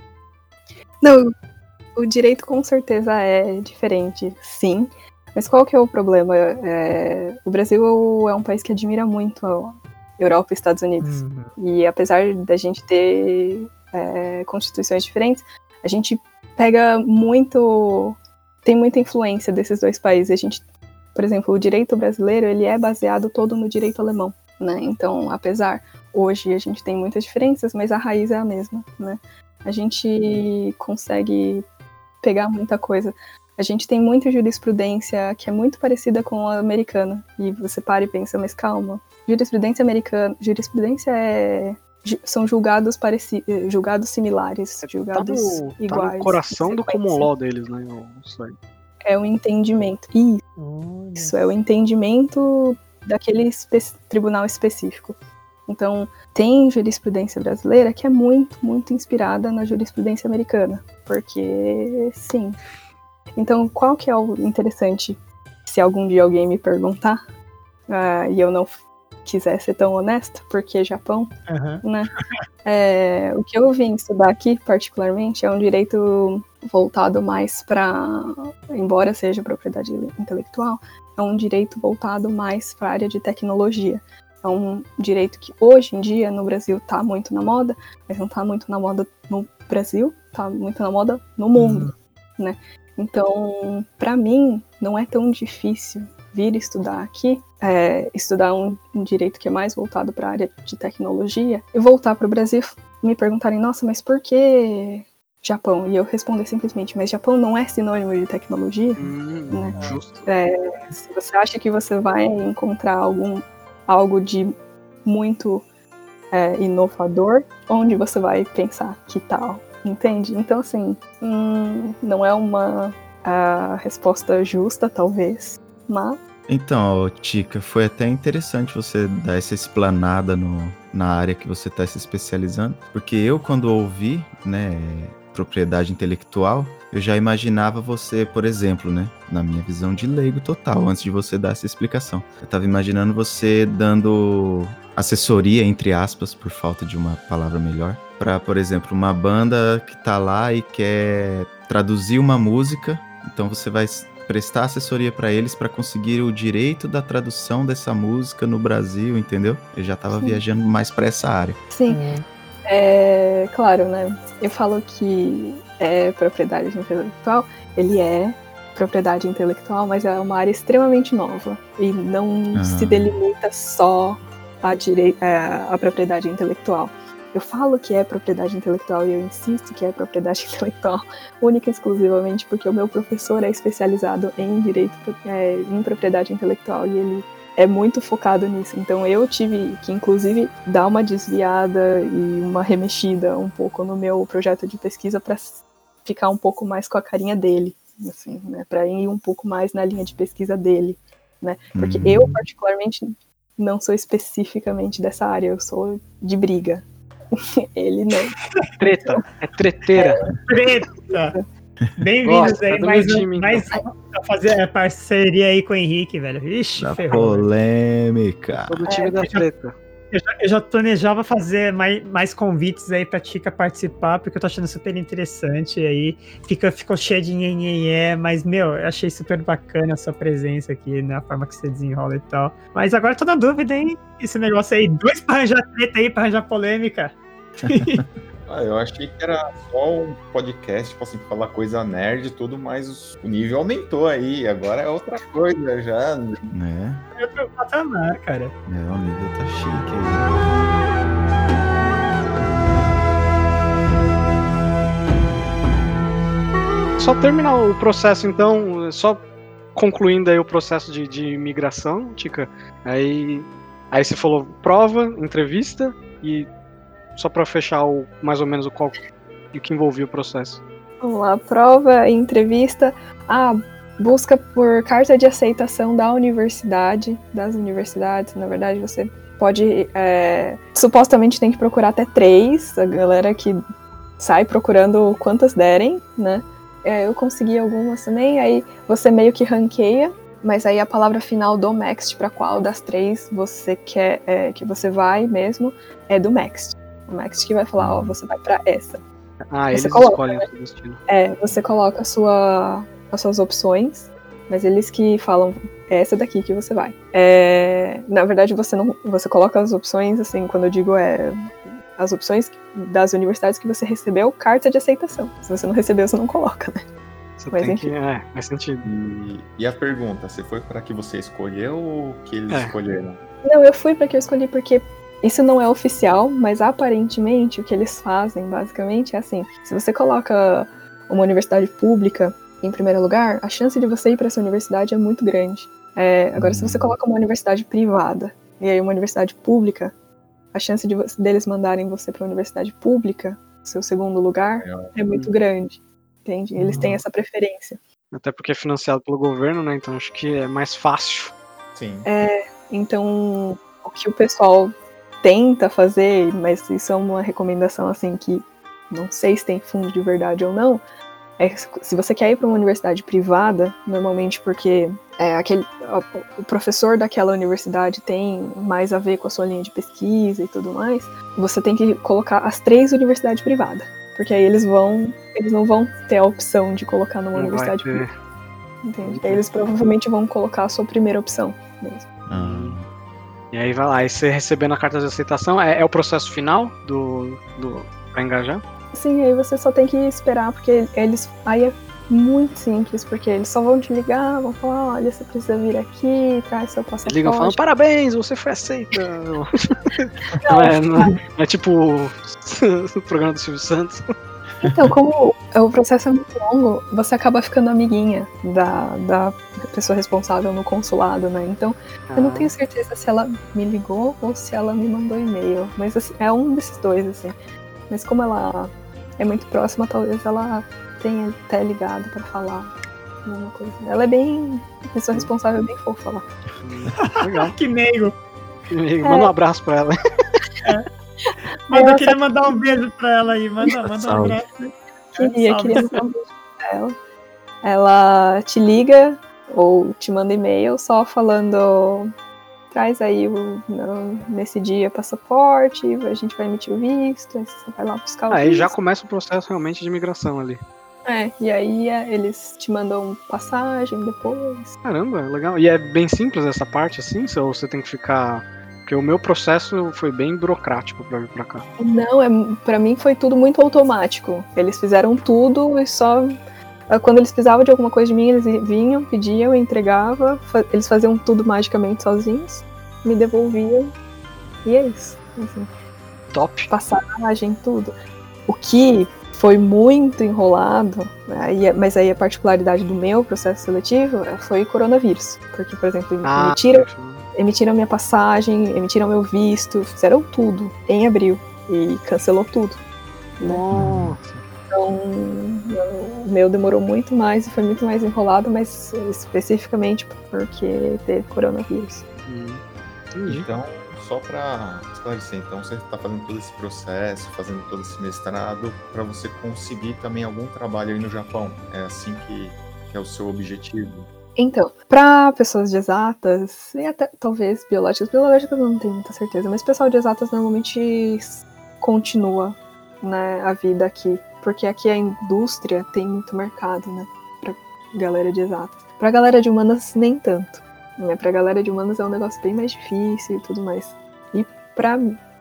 S4: Não, o direito com certeza é diferente, sim. Mas qual que é o problema? É, o Brasil é um país que admira muito a Europa e Estados Unidos.
S1: Uhum.
S4: E apesar da gente ter é, constituições diferentes, a gente pega muito... tem muita influência desses dois países. A gente, por exemplo, o direito brasileiro, ele é baseado todo no direito alemão, né? Então, apesar, hoje a gente tem muitas diferenças, mas a raiz é a mesma, né? A gente consegue pegar muita coisa. A gente tem muita jurisprudência que é muito parecida com a americana. E você para e pensa, mas calma, jurisprudência americana, jurisprudência é... são julgados parecidos, julgados similares, julgados
S3: tá no,
S4: iguais.
S3: Tá no coração do
S4: sequência.
S3: common law deles, né? Eu não sei.
S4: É o entendimento. Isso,
S1: Olha.
S4: isso é o entendimento daquele espe- tribunal específico. Então, tem jurisprudência brasileira que é muito, muito inspirada na jurisprudência americana. Porque, sim. Então, qual que é o interessante, se algum dia alguém me perguntar, uh, e eu não quiser ser tão honesta, porque Japão,
S1: Uhum.
S4: né? É, o que eu vim estudar aqui, particularmente, é um direito voltado mais para, embora seja propriedade intelectual, é um direito voltado mais para a área de tecnologia. É um direito que hoje em dia no Brasil está muito na moda, mas não está muito na moda no Brasil, está muito na moda no mundo, uhum. né? Então, para mim, não é tão difícil vir estudar aqui, é, estudar um, um direito que é mais voltado para a área de tecnologia, e voltar para o Brasil e me perguntarem, nossa, mas por que Japão? E eu responder simplesmente, mas Japão não é sinônimo de tecnologia?
S3: Hum,
S4: né?
S3: Justo.
S4: É, se você acha que você vai encontrar algum, algo de muito é, inovador, onde você vai pensar que tal? Entende? Então, assim, hum, não é uma a resposta justa, talvez, mas...
S2: Então, Tica, foi até interessante você dar essa explanada no, na área que você está se especializando, porque eu, quando ouvi, né, propriedade intelectual, eu já imaginava você, por exemplo, né, na minha visão de leigo total, antes de você dar essa explicação. Eu estava imaginando você dando assessoria, entre aspas, por falta de uma palavra melhor, para, por exemplo, uma banda que tá lá e quer traduzir uma música, então você vai prestar assessoria para eles para conseguir o direito da tradução dessa música no Brasil, entendeu? Eu já tava Sim. viajando mais para essa área.
S4: Sim, é claro, né? Eu falo que é propriedade intelectual, ele é propriedade intelectual, mas é uma área extremamente nova e não ah. se delimita só a, direi- a, a propriedade intelectual. eu falo que é propriedade intelectual e eu insisto que é propriedade intelectual única e exclusivamente porque o meu professor é especializado em direito, é, em propriedade intelectual e ele é muito focado nisso. Então eu tive que, inclusive, dar uma desviada e uma remexida um pouco no meu projeto de pesquisa para ficar um pouco mais com a carinha dele, assim, né? Para ir um pouco mais na linha de pesquisa dele, né? Porque
S2: Uhum.
S4: eu, particularmente, não sou especificamente dessa área, eu sou de briga. Ele não.
S3: Treta, é treteira.
S1: Treta! Bem-vindos
S3: Gosta,
S1: aí,
S3: tá do
S1: mais,
S3: meu
S1: um,
S3: time, então.
S1: mais um pra fazer a parceria aí com o Henrique, velho. Ixi,
S2: Da
S1: ferrou. velho.
S2: polêmica.
S3: Todo time da treta.
S1: Eu já, eu já planejava fazer mais, mais convites aí pra Tica participar, porque eu tô achando super interessante aí. Fica, ficou cheio de nhenhenhé, mas, meu, eu achei super bacana a sua presença aqui, né? A forma que você desenrola e tal. Mas agora eu tô na dúvida, hein? Esse negócio aí, dois pra arranjar treta aí, pra arranjar polêmica.
S5: Ah, eu achei que era só um podcast, tipo assim, falar coisa nerd e tudo, mas o nível aumentou aí. Agora é outra coisa já.
S2: Né?
S1: É outro patamar, cara.
S2: É, o nível tá chique aí.
S3: Só terminar o processo, então, só concluindo aí o processo de, de migração, Tica. Aí, aí você falou prova, entrevista e só para fechar o, mais ou menos o, qual, o que envolvia o processo.
S4: Vamos lá, prova, entrevista, a busca por carta de aceitação da universidade, das universidades, na verdade você pode, é, supostamente tem que procurar até três, a galera que sai procurando quantas derem, né? É, eu consegui algumas também, aí você meio que ranqueia, mas aí a palavra final do Next, para qual das três você quer, é, que você vai mesmo, é do Next. O Next que vai falar, ó, você vai para essa.
S3: Ah,
S4: Você
S3: eles
S4: coloca,
S3: escolhem
S4: né?
S3: o seu destino.
S4: É, você coloca a sua, as suas opções, mas eles que falam, é essa daqui que você vai. É, na verdade, você não, você coloca as opções, assim, quando eu digo é as opções das universidades que você recebeu, carta de aceitação. Se você não recebeu, você não coloca, né?
S3: Você
S4: Mas
S3: tem
S4: enfim.
S3: que. É, faz sentido.
S5: E, e a pergunta, você foi para que você escolheu ou que eles
S3: É.
S5: escolheram?
S4: Não, eu fui pra que eu escolhi porque isso não é oficial, mas aparentemente o que eles fazem, basicamente, é assim: se você coloca uma universidade pública em primeiro lugar, a chance de você ir para essa universidade é muito grande. É, agora, se você coloca uma universidade privada e aí uma universidade pública, a chance de você, deles mandarem você para a universidade pública, seu segundo lugar, é muito grande. Entende? Eles têm essa preferência.
S3: Até porque é financiado pelo governo, né? Então acho que é mais fácil.
S5: Sim.
S4: É, então, o que o pessoal tenta fazer, mas isso é uma recomendação assim que não sei se tem fundo de verdade ou não, é se você quer ir para uma universidade privada, normalmente porque é, aquele, o professor daquela universidade tem mais a ver com a sua linha de pesquisa e tudo mais, você tem que colocar as três universidades privadas, porque aí eles vão, eles não vão ter a opção de colocar numa
S3: Não
S4: universidade
S3: vai ter.
S4: pública, entende? Aí eles provavelmente vão colocar a sua primeira opção mesmo.
S2: Ah,
S3: E aí vai lá, aí você recebendo a carta de aceitação, é, é o processo final do, do pra engajar?
S4: Sim, aí você só tem que esperar, porque eles. Aí é muito simples, porque eles só vão te ligar, vão falar, olha, você precisa vir aqui, traz seu passaporte.
S3: Ligam falando, parabéns, você foi aceita. Não, não é, não é, é tipo o programa do Silvio Santos.
S4: Então, como o processo é muito longo, você acaba ficando amiguinha da, da pessoa responsável no consulado, né? Então, eu não tenho certeza se ela me ligou ou se ela me mandou e-mail. Mas assim, é um desses dois, assim. Mas como ela é muito próxima, talvez ela tenha até ligado pra falar alguma coisa. Ela é bem... A pessoa responsável é bem fofa lá.
S3: Legal.
S1: Que meio.
S3: Manda um abraço pra ela.
S1: Mas
S4: Ela
S1: eu queria mandar um beijo pra ela aí. Manda, manda um
S2: Salve.
S1: abraço.
S4: Queria,
S1: Salve.
S4: queria mandar um beijo pra ela. Ela te liga ou te manda e-mail só falando... Traz aí o, no, nesse dia passaporte, a gente vai emitir o visto, aí você vai lá buscar o
S3: Aí
S4: visto.
S3: já começa o processo realmente de imigração ali.
S4: É, e aí é, eles te mandam passagem depois.
S3: Caramba, legal. E é bem simples essa parte, assim? Ou você tem que ficar... Porque o meu processo foi bem burocrático pra vir pra cá.
S4: Não, é, pra mim foi tudo muito automático. Eles fizeram tudo e só... Quando eles precisavam de alguma coisa de mim, eles vinham, pediam, eu entregava. fa- Eles faziam tudo magicamente sozinhos, me devolviam. E é isso. Assim.
S3: Top.
S4: Passagem, tudo. O que foi muito enrolado, aí, mas aí a particularidade do meu processo seletivo foi o coronavírus. Porque, por exemplo,
S3: Ah,
S4: emitiram, emitiram minha passagem, emitiram meu visto, fizeram tudo em abril e cancelou tudo. Né?
S3: Nossa.
S4: Então, o meu demorou muito mais e foi muito mais enrolado, mas especificamente porque teve coronavírus.
S3: Hum, entendi.
S5: Então, só para esclarecer, então você está fazendo todo esse processo, fazendo todo esse mestrado para você conseguir também algum trabalho aí no Japão. É assim que, que é o seu objetivo?
S4: Então, para pessoas de exatas, e até talvez biológicas, biológicas eu não tenho muita certeza, mas pessoal de exatas normalmente continua, né, a vida aqui, porque aqui a indústria tem muito mercado, né, pra galera de exatas. Pra galera de humanas, nem tanto, né, pra galera de humanas é um negócio bem mais difícil e tudo mais. E pra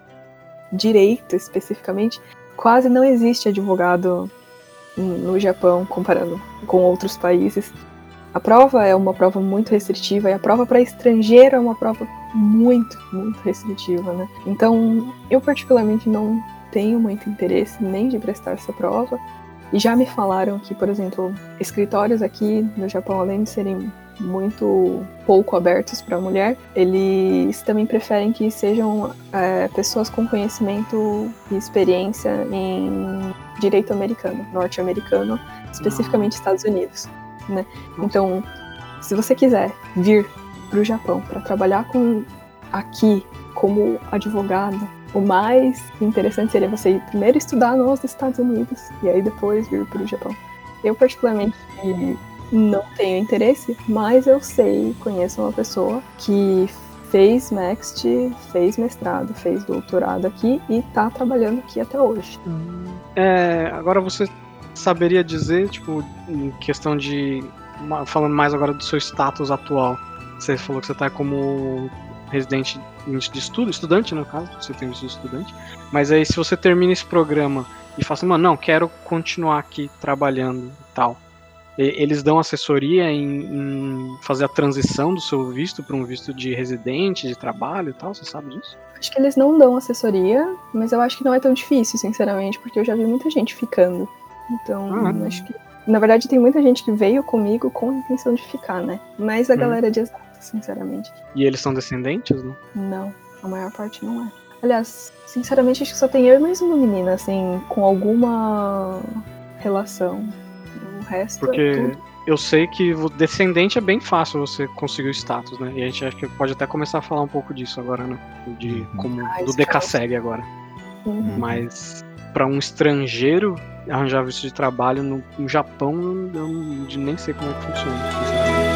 S4: direito, especificamente, quase não existe advogado no Japão, comparando com outros países. A prova é uma prova muito restritiva e a prova para estrangeiro é uma prova muito, muito restritiva, né? Então, eu particularmente não tenho muito interesse nem de prestar essa prova. E já me falaram que, por exemplo, escritórios aqui no Japão, além de serem muito pouco abertos para a mulher, eles também preferem que sejam é, pessoas com conhecimento e experiência em direito americano, norte-americano, especificamente Estados Unidos, né? Então, se você quiser vir para o Japão para trabalhar com aqui como advogado, o mais interessante seria você ir primeiro estudar nos Estados Unidos e aí depois vir para o Japão. Eu particularmente não tenho interesse, mas eu sei, conheço uma pessoa que fez Next, fez mestrado, fez doutorado aqui e tá trabalhando aqui até hoje.
S3: É, agora você saberia dizer, tipo, em questão de... Falando mais agora do seu status atual. Você falou que você tá como residente de estudo, estudante no caso, você tem visto estudante. Mas aí se você termina esse programa e fala assim, mano, não, quero continuar aqui trabalhando e tal. Eles dão assessoria em, em fazer a transição do seu visto para um visto de residente, de trabalho e tal, você sabe disso?
S4: Acho que eles não dão assessoria, mas eu acho que não é tão difícil, sinceramente, porque eu já vi muita gente ficando. Então, ah, acho que... Na verdade, tem muita gente que veio comigo com a intenção de ficar, né? Mas a hum. galera é de exatas, sinceramente.
S3: E eles são descendentes, né?
S4: Não, a maior parte não é. Aliás, sinceramente, acho que só tem eu e mais uma menina, assim, com alguma relação. O resto
S3: Porque
S4: é tudo.
S3: Eu sei que o descendente é bem fácil você conseguir o status, né? E a gente acho que pode até começar a falar um pouco disso agora, né? De, como, ah, do D K S E G agora. Uhum. Mas para um estrangeiro arranjar visto de trabalho no, no Japão, eu não, nem sei como é que funciona, sinceramente.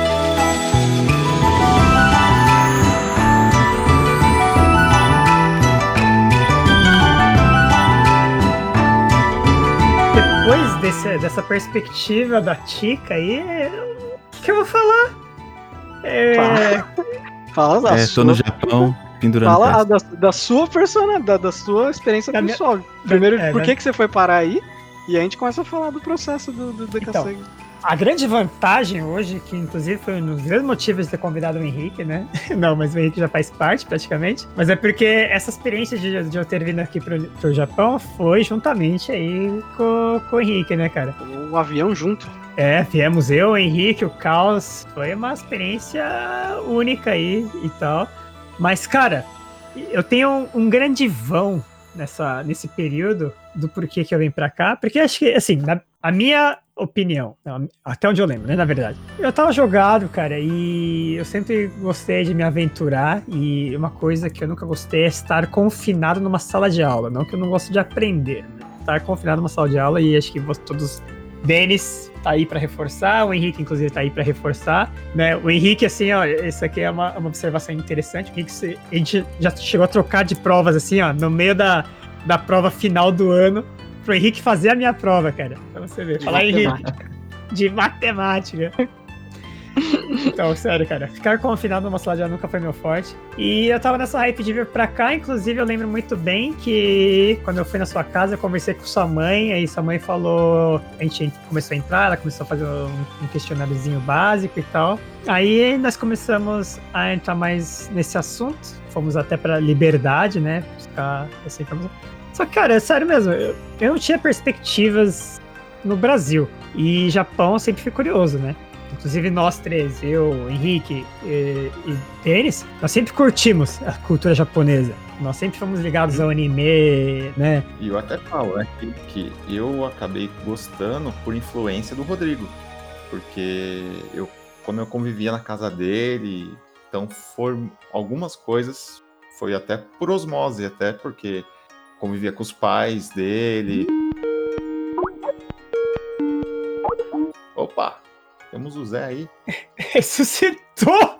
S1: Depois desse, dessa perspectiva da Tika aí, o que eu vou falar? É...
S3: Fala, Fala da
S2: é,
S3: sua...
S2: tô no Japão, pendurando
S3: Fala da, da sua personalidade, da, da sua experiência da pessoal. Minha... Primeiro, é, por que, né? que você foi parar aí? E a gente começa a falar do processo do, do D K S E G.
S1: Então, a grande vantagem hoje, que inclusive foi um dos grandes motivos de ter convidado o Henrique, né? Não, mas o Henrique já faz parte praticamente. Mas é porque essa experiência de, de eu ter vindo aqui pro, pro Japão foi juntamente aí com, com o Henrique, né, cara?
S3: O avião junto.
S1: É, viemos eu, o Henrique, o Caos. Foi uma experiência única aí e tal. Mas, cara, eu tenho um, um grande vão nessa, nesse período do porquê que eu vim pra cá. Porque acho que, assim, na, a minha opinião, até onde eu lembro, né, na verdade. Eu tava jogado, cara, e eu sempre gostei de me aventurar, e uma coisa que eu nunca gostei é estar confinado numa sala de aula, não que eu não gosto de aprender, né? Estar confinado numa sala de aula, e acho que todos... Denis tá aí pra reforçar, o Henrique, inclusive, tá aí pra reforçar, né? O Henrique, assim, ó, isso aqui é uma, uma observação interessante, o Henrique, a gente já chegou a trocar de provas, assim, ó, no meio da, da prova final do ano, pro Henrique fazer a minha prova, cara. Pra você ver.
S3: De
S1: Falar
S3: matemática.
S1: Henrique. De matemática. Então, sério, cara, ficar confinado numa cidade nunca foi meu forte. E eu tava nessa hype de vir pra cá, inclusive eu lembro muito bem que quando eu fui na sua casa, eu conversei com sua mãe, aí sua mãe falou, a gente começou a entrar, ela começou a fazer um, um questionáriozinho básico e tal. Aí nós começamos a entrar mais nesse assunto, fomos até pra Liberdade, né, buscar essa informação. Só que, cara, é sério mesmo, eu, eu não tinha perspectivas no Brasil, e Japão eu sempre fui curioso, né. Inclusive nós três, eu, Henrique e, e Denis, nós sempre curtimos a cultura japonesa. Nós sempre fomos ligados ao anime, né?
S5: E eu até falo, né, que, que eu acabei gostando por influência do Rodrigo. Porque eu, quando eu convivia na casa dele, então foram algumas coisas, foi até por osmose, até porque convivia com os pais dele. Opa! Temos o Zé aí.
S1: Ressuscitou!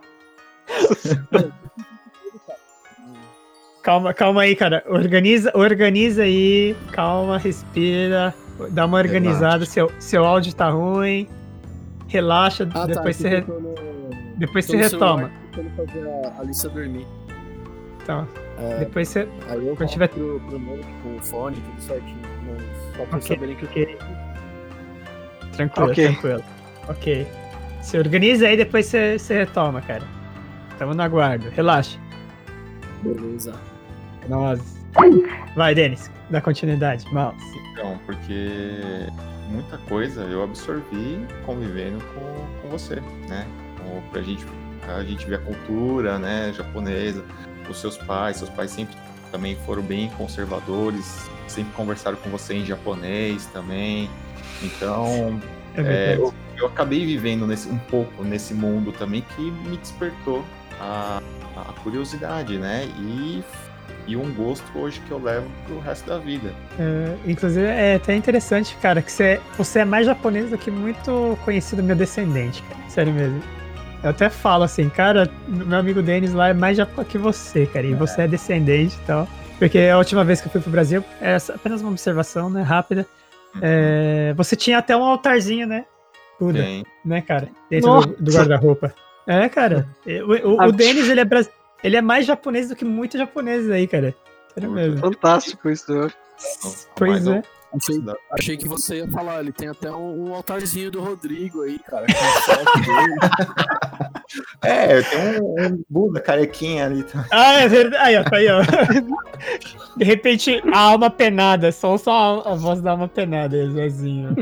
S1: Calma, calma aí, cara. Organiza, organiza aí. Calma, respira. Dá uma organizada. Seu, seu áudio tá ruim. Relaxa,
S6: Ah,
S1: depois
S6: tá,
S1: você,
S6: tô no,
S1: depois
S6: tô
S1: você
S6: no
S1: retoma.
S6: celular tentando fazer a Alissa dormir.
S1: Então,
S6: É,
S1: depois você.
S6: aí eu
S1: quando tiver-
S6: pro, pro mundo com o fone, tudo certinho. Mas só pra
S1: Ok,
S6: saberem que eu
S1: ok. Tranquilo,
S3: Ok.
S1: tranquilo. Ok. Se organiza aí, depois você, você retoma, cara. Tamo no aguardo. Relaxa.
S6: Beleza.
S1: Nós. Vai, Denis. Dá continuidade. Mouse.
S5: Então, porque muita coisa eu absorvi convivendo com, com você, né? Com, a gente, a gente vê a cultura, né, japonesa, os seus pais, seus pais sempre também foram bem conservadores, sempre conversaram com você em japonês também. Então,
S1: É
S5: é,
S1: verdade.
S5: eu, eu acabei vivendo nesse, um pouco nesse mundo também que me despertou a, a curiosidade, né? E, e um gosto hoje que eu levo pro resto da vida.
S1: É, inclusive, é até interessante, cara, que você, você é mais japonês do que muito conhecido meu descendente, cara. Sério mesmo. Eu até falo assim, cara, meu amigo Denis lá é mais japonês que você, cara, e você é descendente e tal. Porque a última vez que eu fui pro Brasil, é apenas uma observação, né, rápida. É, você tinha até um altarzinho, né? Buda,
S5: Tem.
S1: né, cara? Dentro do, do guarda-roupa. É, cara. O, o, o Denis, ele é, bras... ele é mais japonês do que muitos japoneses aí, cara. Sério mesmo.
S3: Fantástico isso, né?
S1: Pois é.
S6: Achei, achei que você ia falar, ele tem até um, um altarzinho do Rodrigo aí, cara. Com a foto dele.
S5: É, tem um, um Buda carequinha ali também.
S1: Ah, é verdade. Aí, ó, tá aí, ó. De repente, a alma penada. Só, só a voz da alma penada, aí, Zezinho.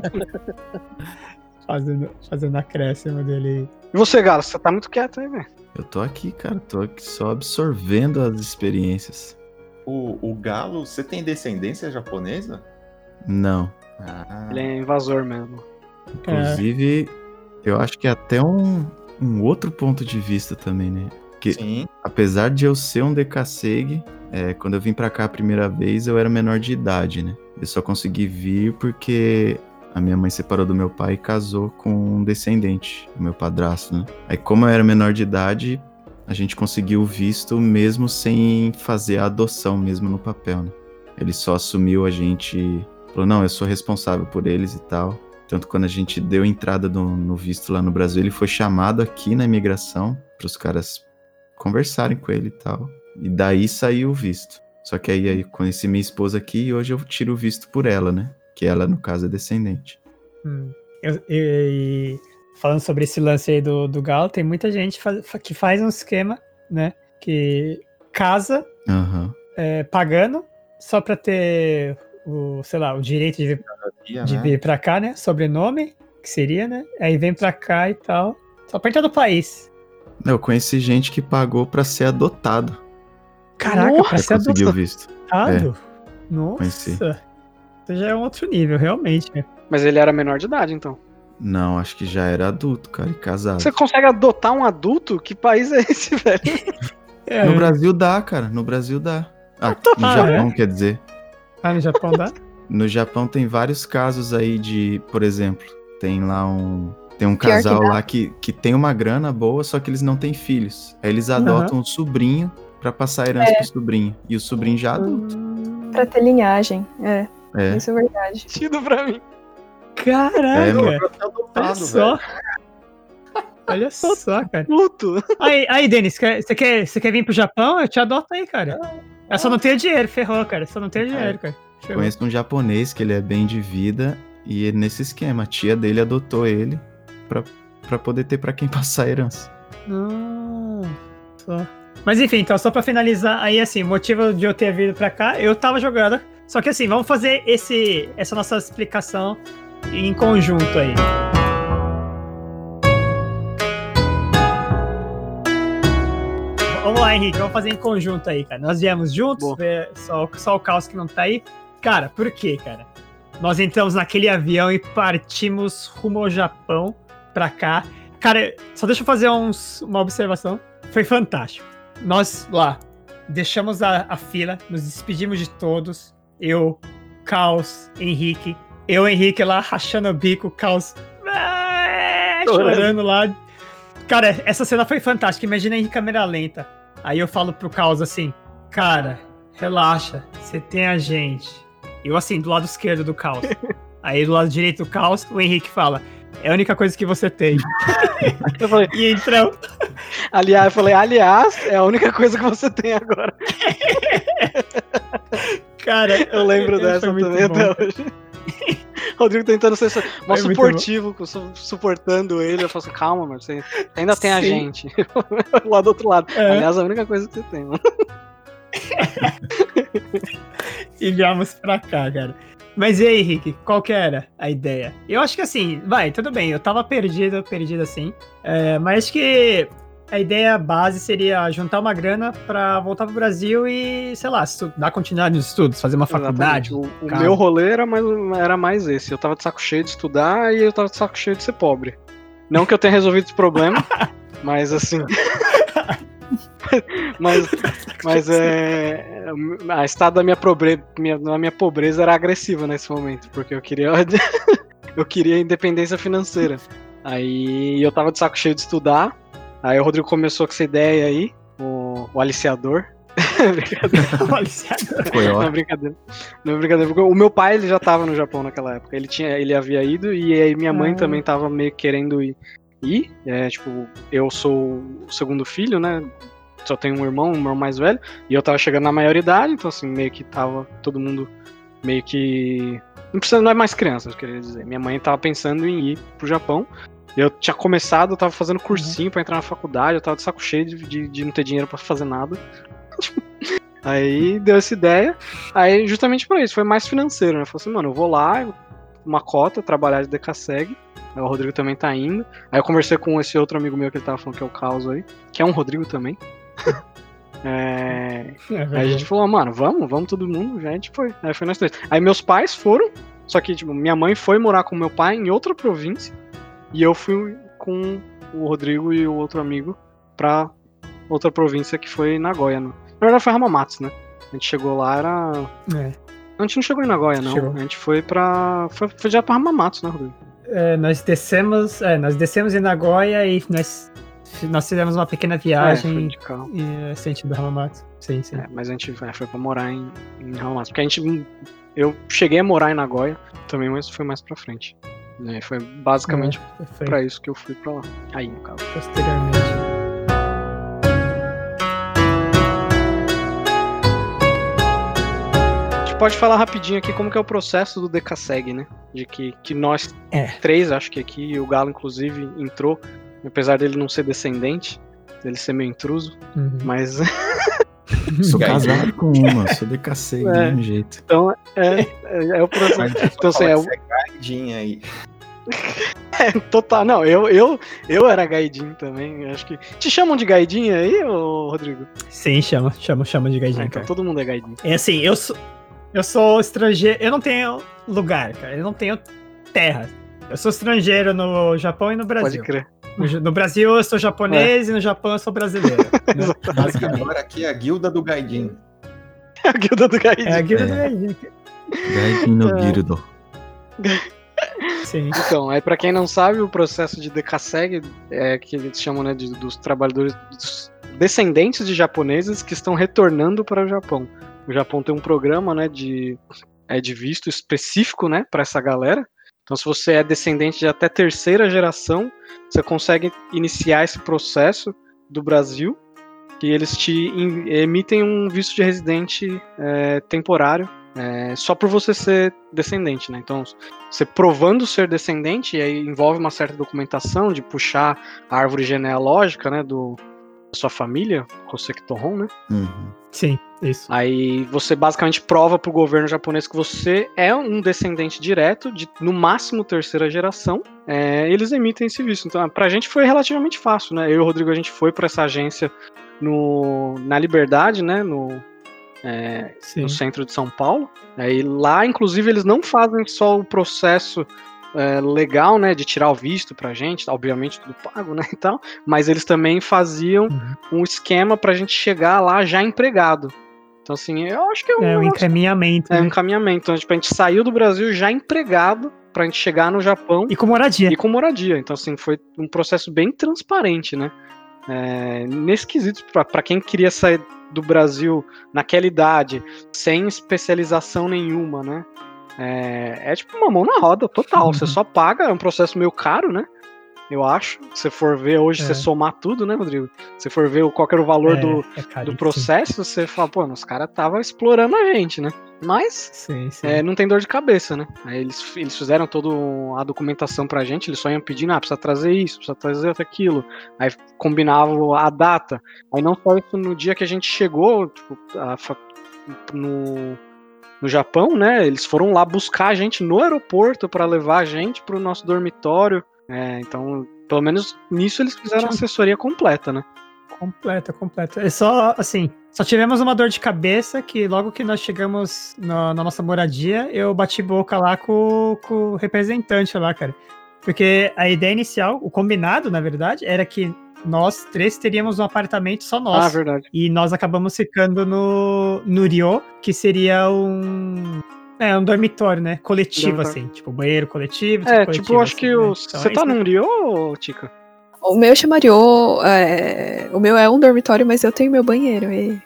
S1: Fazendo, fazendo acréscimo dele.
S3: E você, Galo, você tá muito quieto aí, velho.
S2: Eu tô aqui, cara, tô aqui só absorvendo as experiências.
S5: O, o Galo, você tem descendência japonesa?
S2: Não.
S5: Ah,
S3: Ele é invasor mesmo.
S2: Inclusive, eu acho que é até um, um outro ponto de vista também, né? Que
S5: sim.
S2: apesar de eu ser um Dekasegi, é, quando eu vim pra cá a primeira vez, eu era menor de idade, né? Eu só consegui vir porque a minha mãe separou do meu pai e casou com um descendente, o meu padrasto, né? Aí como eu era menor de idade, a gente conseguiu o visto mesmo sem fazer a adoção mesmo no papel, né? Ele só assumiu a gente, falou, não, eu sou responsável por eles e tal. Tanto quando a gente deu entrada no, no visto lá no Brasil, ele foi chamado aqui na imigração para os caras conversarem com ele e tal. E daí saiu o visto. Só que aí, aí conheci minha esposa aqui e hoje eu tiro o visto por ela, né? Que ela, no caso, é descendente.
S1: Hum. Eu, eu, e falando sobre esse lance aí do, do Galo, tem muita gente faz, que faz um esquema, né? Que casa
S2: Aham.
S1: é, pagando só pra ter o, sei lá, o direito de vir,
S5: Dia,
S1: de
S5: né?
S1: vir pra cá, né? Sobrenome, que seria, né? Aí vem pra cá e tal. Só pra entrar do país.
S2: Eu conheci gente que pagou pra ser adotado.
S1: Caraca,
S3: Nossa,
S1: pra ser
S2: Pra conseguir o
S1: adotado.
S2: visto.
S1: Nossa.
S2: conheci.
S1: Isso já é um outro nível, realmente. né?
S3: Mas ele era menor de idade, então.
S2: Não, acho que já era adulto, cara, e casado.
S3: Você consegue adotar um adulto? Que país é esse, velho?
S1: É.
S2: No Brasil dá, cara, no Brasil dá. Ah, no
S1: Ah,
S2: Japão, quer dizer.
S1: Ah, no Japão dá?
S2: No Japão tem vários casos aí de, por exemplo, tem lá um... Tem um
S4: Pior que
S2: casal
S4: dá.
S2: lá que, que tem uma grana boa, só que eles não têm filhos. Aí eles adotam um sobrinho pra passar a herança pro sobrinho. E o sobrinho já adulto.
S4: Pra ter linhagem, é.
S2: É.
S4: Isso é verdade.
S3: Tido pra mim.
S2: É,
S1: Caraca!
S2: mano.
S5: Pra ser
S1: Olha
S5: adotado,
S1: só.
S5: velho.
S1: Olha só, cara.
S3: Puto.
S1: Aí, aí Denis, quer- você quer, você quer vir pro Japão? Eu te adoto aí, cara. Eu só não tenho dinheiro, ferrou, cara. Só não tenho dinheiro, cara. Ferrou.
S2: Conheço um japonês que ele é bem de vida e ele nesse esquema. A tia dele adotou ele pra, pra poder ter pra quem passar a herança.
S1: Não. Só. Mas enfim, então só pra finalizar, aí assim, o motivo de eu ter vindo pra cá, eu tava jogando. Só que assim, vamos fazer esse, essa nossa explicação em conjunto aí. Vamos lá, Henrique, vamos fazer em conjunto aí, cara. Nós viemos juntos,
S3: Boa.
S1: ver só, só o Caos que não tá aí. Cara, por quê, cara? Nós entramos naquele avião e partimos rumo ao Japão, pra cá. Cara, só deixa eu fazer uns, uma observação. Foi fantástico. Nós lá deixamos a, a fila, nos despedimos de todos. Eu, Caos, Henrique. Eu, Henrique lá rachando o bico, Caos ah, chorando lá. Cara, essa cena foi fantástica. Imagina em câmera lenta. Aí eu falo pro Caos assim: cara, relaxa, você tem a gente. Eu assim, do lado esquerdo do Caos. Aí do lado direito do Caos, o Henrique fala: é a única coisa que você tem.
S3: Eu falei,
S1: E então,
S3: aliás, eu falei, aliás, é a única coisa que você tem agora.
S1: cara,
S3: Eu lembro
S1: foi
S3: dessa
S1: muito
S3: também
S1: bom.
S3: até hoje. Rodrigo tentando ser mó
S1: Foi muito
S3: suportivo, su- suportando ele. Eu falo assim, calma, mano, você ainda tem a
S1: Sim.
S3: gente. Lá do outro lado.
S1: É.
S3: Aliás, a única coisa que você tem, mano.
S1: E viemos pra cá, cara. Mas e aí, Henrique, qual que era a ideia? Eu acho que assim, vai, tudo bem, eu tava perdido, perdido assim. É, mas acho que a ideia base seria juntar uma grana pra voltar pro Brasil e, sei lá, estu- dar continuidade nos estudos, fazer uma faculdade.
S3: Exatamente. O, o
S1: cara.
S3: meu rolê era mais, era mais esse. Eu tava de saco cheio de estudar e eu tava de saco cheio de ser pobre. Não que eu tenha resolvido esse problema, mas assim. mas mas é, a estado da minha, pobre, minha, da minha pobreza era agressiva nesse momento, porque eu queria eu queria independência financeira. Aí eu tava de saco cheio de estudar. Aí o Rodrigo começou com essa ideia aí, o, o aliciador. Brincadeira.
S1: Olha, esse-
S2: Foi
S3: Não,
S2: ótimo.
S3: brincadeira. Não, brincadeira. Porque o meu pai, ele já tava no Japão naquela época. Ele, tinha, ele havia ido e aí minha mãe
S1: Ah.
S3: também tava meio querendo ir. ir. É, tipo, eu sou o segundo filho, né? Só tenho um irmão, um irmão mais velho. E eu tava chegando na maioridade, então assim, meio que tava todo mundo meio que... Não precisa, não é mais criança, eu queria dizer. Minha mãe tava pensando em ir pro Japão. Eu tinha começado, eu tava fazendo cursinho pra entrar na faculdade, eu tava de saco cheio de, de, de não ter dinheiro pra fazer nada. Aí deu essa ideia, aí justamente por isso, foi mais financeiro, né? Eu falei assim, mano, eu vou lá, uma cota, trabalhar de Decasseg, aí o Rodrigo também tá indo. Aí eu conversei com esse outro amigo meu que ele tava falando que é o Caos aí, que é um Rodrigo também. É...
S1: É
S3: Aí a gente falou, mano, vamos, vamos todo mundo, já a gente foi. Aí foi nós três. Aí meus pais foram, só que, tipo, minha mãe foi morar com meu pai em outra província, e eu fui com o Rodrigo e o outro amigo pra outra província que foi Nagoya. Né? Na verdade foi Hamamatsu, né? A gente chegou lá, era...
S1: É.
S3: A gente não chegou em Nagoya, não.
S1: Chegou.
S3: A gente foi pra... Foi, foi já pra Hamamatsu, né, Rodrigo?
S1: É, nós descemos, é, nós descemos em Nagoya e nós, nós fizemos uma pequena
S3: É, foi
S1: viagem
S3: de carro.
S1: em sentido do Hamamatsu. Sim, sim.
S3: É, mas a gente é, foi pra morar em, em Hamamatsu. Porque a gente... Eu cheguei a morar em Nagoya também, mas foi mais pra frente. É, foi basicamente
S1: É, foi
S3: pra isso que eu fui pra lá. Aí, no caso.
S1: posteriormente.
S3: A gente pode falar rapidinho aqui como que é o processo do Decasseg, né? De que, que nós
S1: É.
S3: três, acho que aqui, o Galo inclusive entrou, apesar dele não ser descendente, dele ser meio intruso,
S1: Uhum.
S3: mas
S2: Sou
S5: Gaidinho.
S2: casado com uma, sou decacei
S3: É.
S2: do mesmo jeito.
S3: então é, é, é o processo.
S5: Mas
S3: Então, assim, é, o-
S5: você é gaidinha aí.
S3: é total. Não, eu, eu, eu era Gaidin também. Acho que. Te chamam de Gaidin aí, ô Rodrigo?
S1: Sim, chama, chama, chama de
S3: Ah,
S1: gaidinho,
S3: então
S1: cara.
S3: todo mundo é Gaidin.
S1: É assim, eu sou, eu sou estrangeiro, eu não tenho lugar, cara, eu não tenho terra. Eu sou estrangeiro no Japão e no
S3: Pode
S1: Brasil.
S3: crer.
S1: No, Ja- no Brasil eu sou japonês e no Japão eu sou brasileiro. Né? Basicamente.
S5: Agora aqui é a guilda do Gaidin.
S3: A guilda do Gaidin.
S1: É a guilda do
S2: É.
S1: gaidinho.
S2: Gaidin no Girdo.
S1: Sim.
S3: Então, aí pra quem não sabe, o processo de Decasseg é que eles chamam, né, de, dos trabalhadores, dos descendentes de japoneses que estão retornando para o Japão. O Japão tem um programa, né, de, é, de visto específico, né, pra essa galera. Então, Então, se você é descendente de até terceira geração, você consegue iniciar esse processo do Brasil, que eles te em, emitem um visto de residente é, temporário, é, só por você ser descendente, né? Então, você provando ser descendente, e aí envolve uma certa documentação de puxar a árvore genealógica, né, do, da sua família, Koseki Tohon, né?
S2: Uhum.
S1: Sim, isso.
S3: Aí você basicamente prova pro governo japonês que você é um descendente direto, de no máximo terceira geração, é, eles emitem esse visto. Então, pra gente foi relativamente fácil, né? Eu e o Rodrigo, a gente foi pra essa agência no, na Liberdade, né? No, é, no centro de São Paulo. Aí lá, inclusive, eles não fazem só o processo é, legal, né, de tirar o visto pra gente, obviamente tudo pago, né, e tal, mas eles também faziam uhum. um esquema pra gente chegar lá já empregado. Então, assim, eu acho que é um,
S1: é um encaminhamento.
S3: É
S1: né?
S3: um encaminhamento. Então, tipo, a gente saiu do Brasil já empregado pra gente chegar no Japão.
S1: E com moradia.
S3: E com moradia. Então, assim, foi um processo bem transparente, né? É, nesse quesito, pra, pra quem queria sair do Brasil naquela idade, sem especialização nenhuma, né? É, é tipo uma mão na roda total. Uhum. Você só paga, é um processo meio caro, né? Eu acho. Se você for ver hoje, é. você somar tudo, né, Rodrigo? Se você for ver qual que era o valor é, do, é do processo, você fala, pô, os caras estavam explorando a gente, né? Mas
S1: sim, sim.
S3: É, não tem dor de cabeça, né? Aí eles, eles fizeram toda a documentação pra gente, eles só iam pedindo, ah, precisa trazer isso, precisa trazer aquilo. Aí combinavam a data. Aí não só isso, no dia que a gente chegou, tipo, a, no, no Japão, né? Eles foram lá buscar a gente no aeroporto pra levar a gente pro nosso dormitório. É, então, pelo menos nisso eles fizeram a assessoria completa, né?
S1: Completa, completa. É só, assim, só tivemos uma dor de cabeça que logo que nós chegamos na, na nossa moradia, eu bati boca lá com, com o representante lá, cara. Porque a ideia inicial, o combinado, na verdade, era que nós três teríamos um apartamento só nosso.
S3: Ah, verdade.
S1: E nós acabamos ficando no, no Ryo, que seria um... É, um dormitório, né? Coletivo, dormitório. assim. Tipo, banheiro coletivo.
S3: É,
S1: coletivo,
S3: tipo, acho
S1: assim,
S3: que
S1: né?
S3: o...
S1: então,
S3: você
S1: é
S3: tá num Ryo, Tica?
S4: O meu chama Ryo, é... o meu é um dormitório, mas eu tenho meu banheiro. E...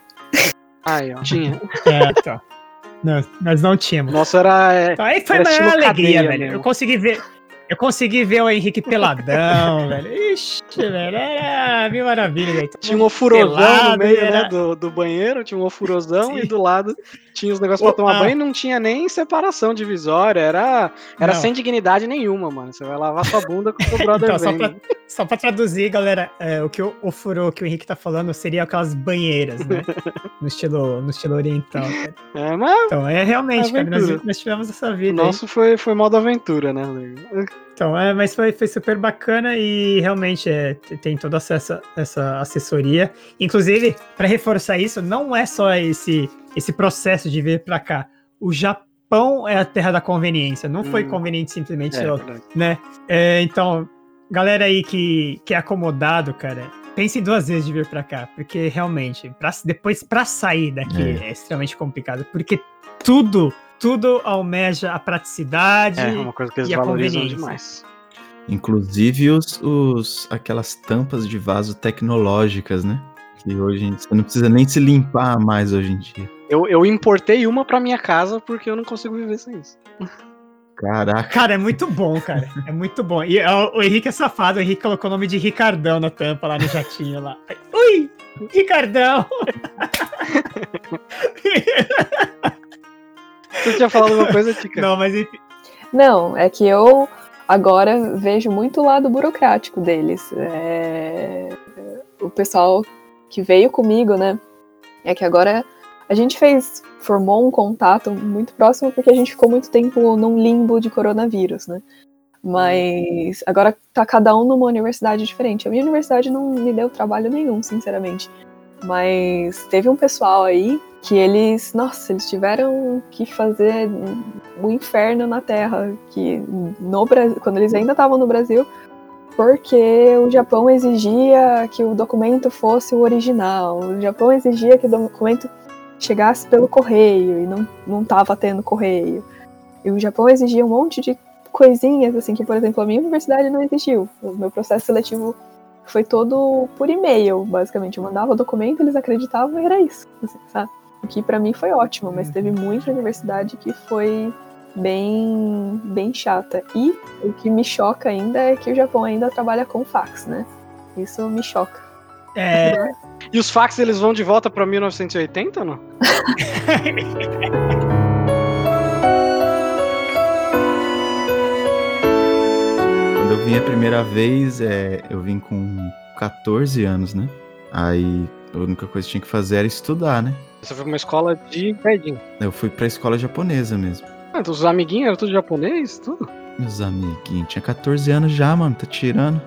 S3: Ai, ó, tinha.
S1: É, então. Não, nós não tínhamos.
S3: Nossa, era... É,
S1: então, aí foi uma alegria, velho. Mesmo. Eu consegui ver... Eu consegui ver o Henrique peladão, velho. Ixi, velho, era mil maravilha, velho.
S3: Tinha um ofurosão no meio, era... né, do, do banheiro, tinha um ofurosão e do lado tinha os negócios pra tomar ah. banho e não tinha nem separação divisória, era, era sem dignidade nenhuma, mano. Você vai lavar sua bunda com o seu brother
S1: então,
S3: vendo.
S1: Só pra, só pra traduzir, galera, é, o que o ofurô que o Henrique tá falando seria aquelas banheiras, né? no, estilo, no estilo oriental, cara.
S3: É, mas...
S1: Então, é realmente, cara, nós, nós tivemos essa vida.
S3: O nosso foi, foi modo aventura, né, Rodrigo?
S1: Então, é, mas foi, foi super bacana e realmente é, tem toda essa, essa assessoria. Inclusive, para reforçar isso, não é só esse, esse processo de vir para cá. O Japão é a terra da conveniência. Não hum, foi conveniente simplesmente,
S3: é,
S1: ó, né? É, então, galera aí que, que é acomodado, cara, pense duas vezes de vir para cá, porque realmente, pra, depois para sair daqui é. é extremamente complicado, porque tudo Tudo almeja a praticidade
S3: é, uma coisa que eles
S1: e a
S3: valorizam
S1: conveniência.
S3: Demais.
S2: Inclusive os, os, aquelas tampas de vaso tecnológicas, né? Que hoje você não precisa nem se limpar mais hoje em dia.
S3: Eu, eu importei uma pra minha casa porque eu não consigo viver sem isso.
S2: Caraca.
S1: Cara, é muito bom, cara. É muito bom. E o, o Henrique é safado. O Henrique colocou o nome de Ricardão na tampa lá no jatinho lá. Ui! Ricardão!
S3: Você tinha falado uma coisa, Tica?
S1: Não, mas enfim.
S4: Não, é que eu agora vejo muito o lado burocrático deles. É... O pessoal que veio comigo, né? É que agora a gente fez, formou um contato muito próximo porque a gente ficou muito tempo num limbo de coronavírus, né? Mas agora tá cada um numa universidade diferente. A minha universidade não me deu trabalho nenhum, sinceramente. Mas teve um pessoal aí que eles, nossa, eles tiveram que fazer um inferno na Terra, que no Brasil, quando eles ainda estavam no Brasil, porque o Japão exigia que o documento fosse o original, o Japão exigia que o documento chegasse pelo correio, e não, não tava tendo correio. E o Japão exigia um monte de coisinhas, assim, que, por exemplo, a minha universidade não existiu. O meu processo seletivo foi todo por e-mail, basicamente. Eu mandava o documento, eles acreditavam e era isso, assim, sabe? O que pra mim foi ótimo, mas teve muita universidade que foi bem, bem chata. E o que me choca ainda é que o Japão ainda trabalha com fax, né? Isso me choca.
S1: É,
S3: E os fax, eles vão de volta pra mil novecentos e oitenta ou não?
S2: Quando eu vim a primeira vez, é, eu vim com catorze anos, né? Aí a única coisa que tinha que fazer era estudar, né?
S3: Você foi pra uma escola de gaidin.
S2: Eu fui pra escola japonesa mesmo.
S3: Ah, então os amiguinhos eram tudo japonês? Tudo?
S2: Meus amiguinhos, tinha catorze anos já, mano, tá tirando.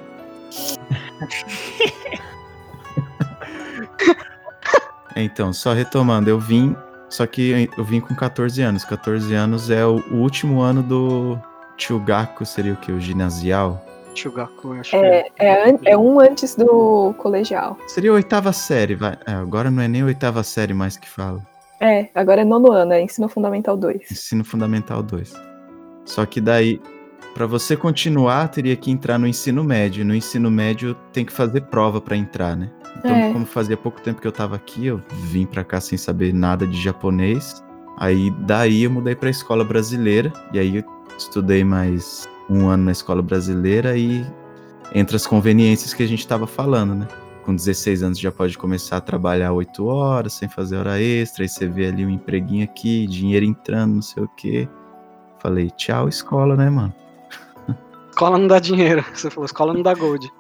S2: Então, só retomando, eu vim, só que eu vim com catorze anos. catorze anos é o, o último ano do Chugaku, seria o que? O ginasial?
S3: Chugaku, eu acho
S4: É,
S3: que
S4: é, an- é um antes do colegial.
S2: Seria a oitava série, vai. É, agora não é nem a oitava série mais que fala.
S4: É, agora é nono ano, é Ensino Fundamental dois.
S2: Ensino Fundamental dois. Só que daí, pra você continuar, teria que entrar no ensino médio. E no ensino médio tem que fazer prova pra entrar, né? Então,
S4: É.
S2: como fazia pouco tempo que eu tava aqui, eu vim pra cá sem saber nada de japonês. Aí, daí eu mudei pra escola brasileira. E aí eu estudei mais um ano na escola brasileira e entre as conveniências que a gente tava falando, né? Com dezesseis anos já pode começar a trabalhar oito horas, sem fazer hora extra, aí você vê ali um empreguinho aqui, dinheiro entrando, não sei o quê. Falei, tchau, escola, né, mano?
S3: escola não dá dinheiro. Você falou, escola não dá gold.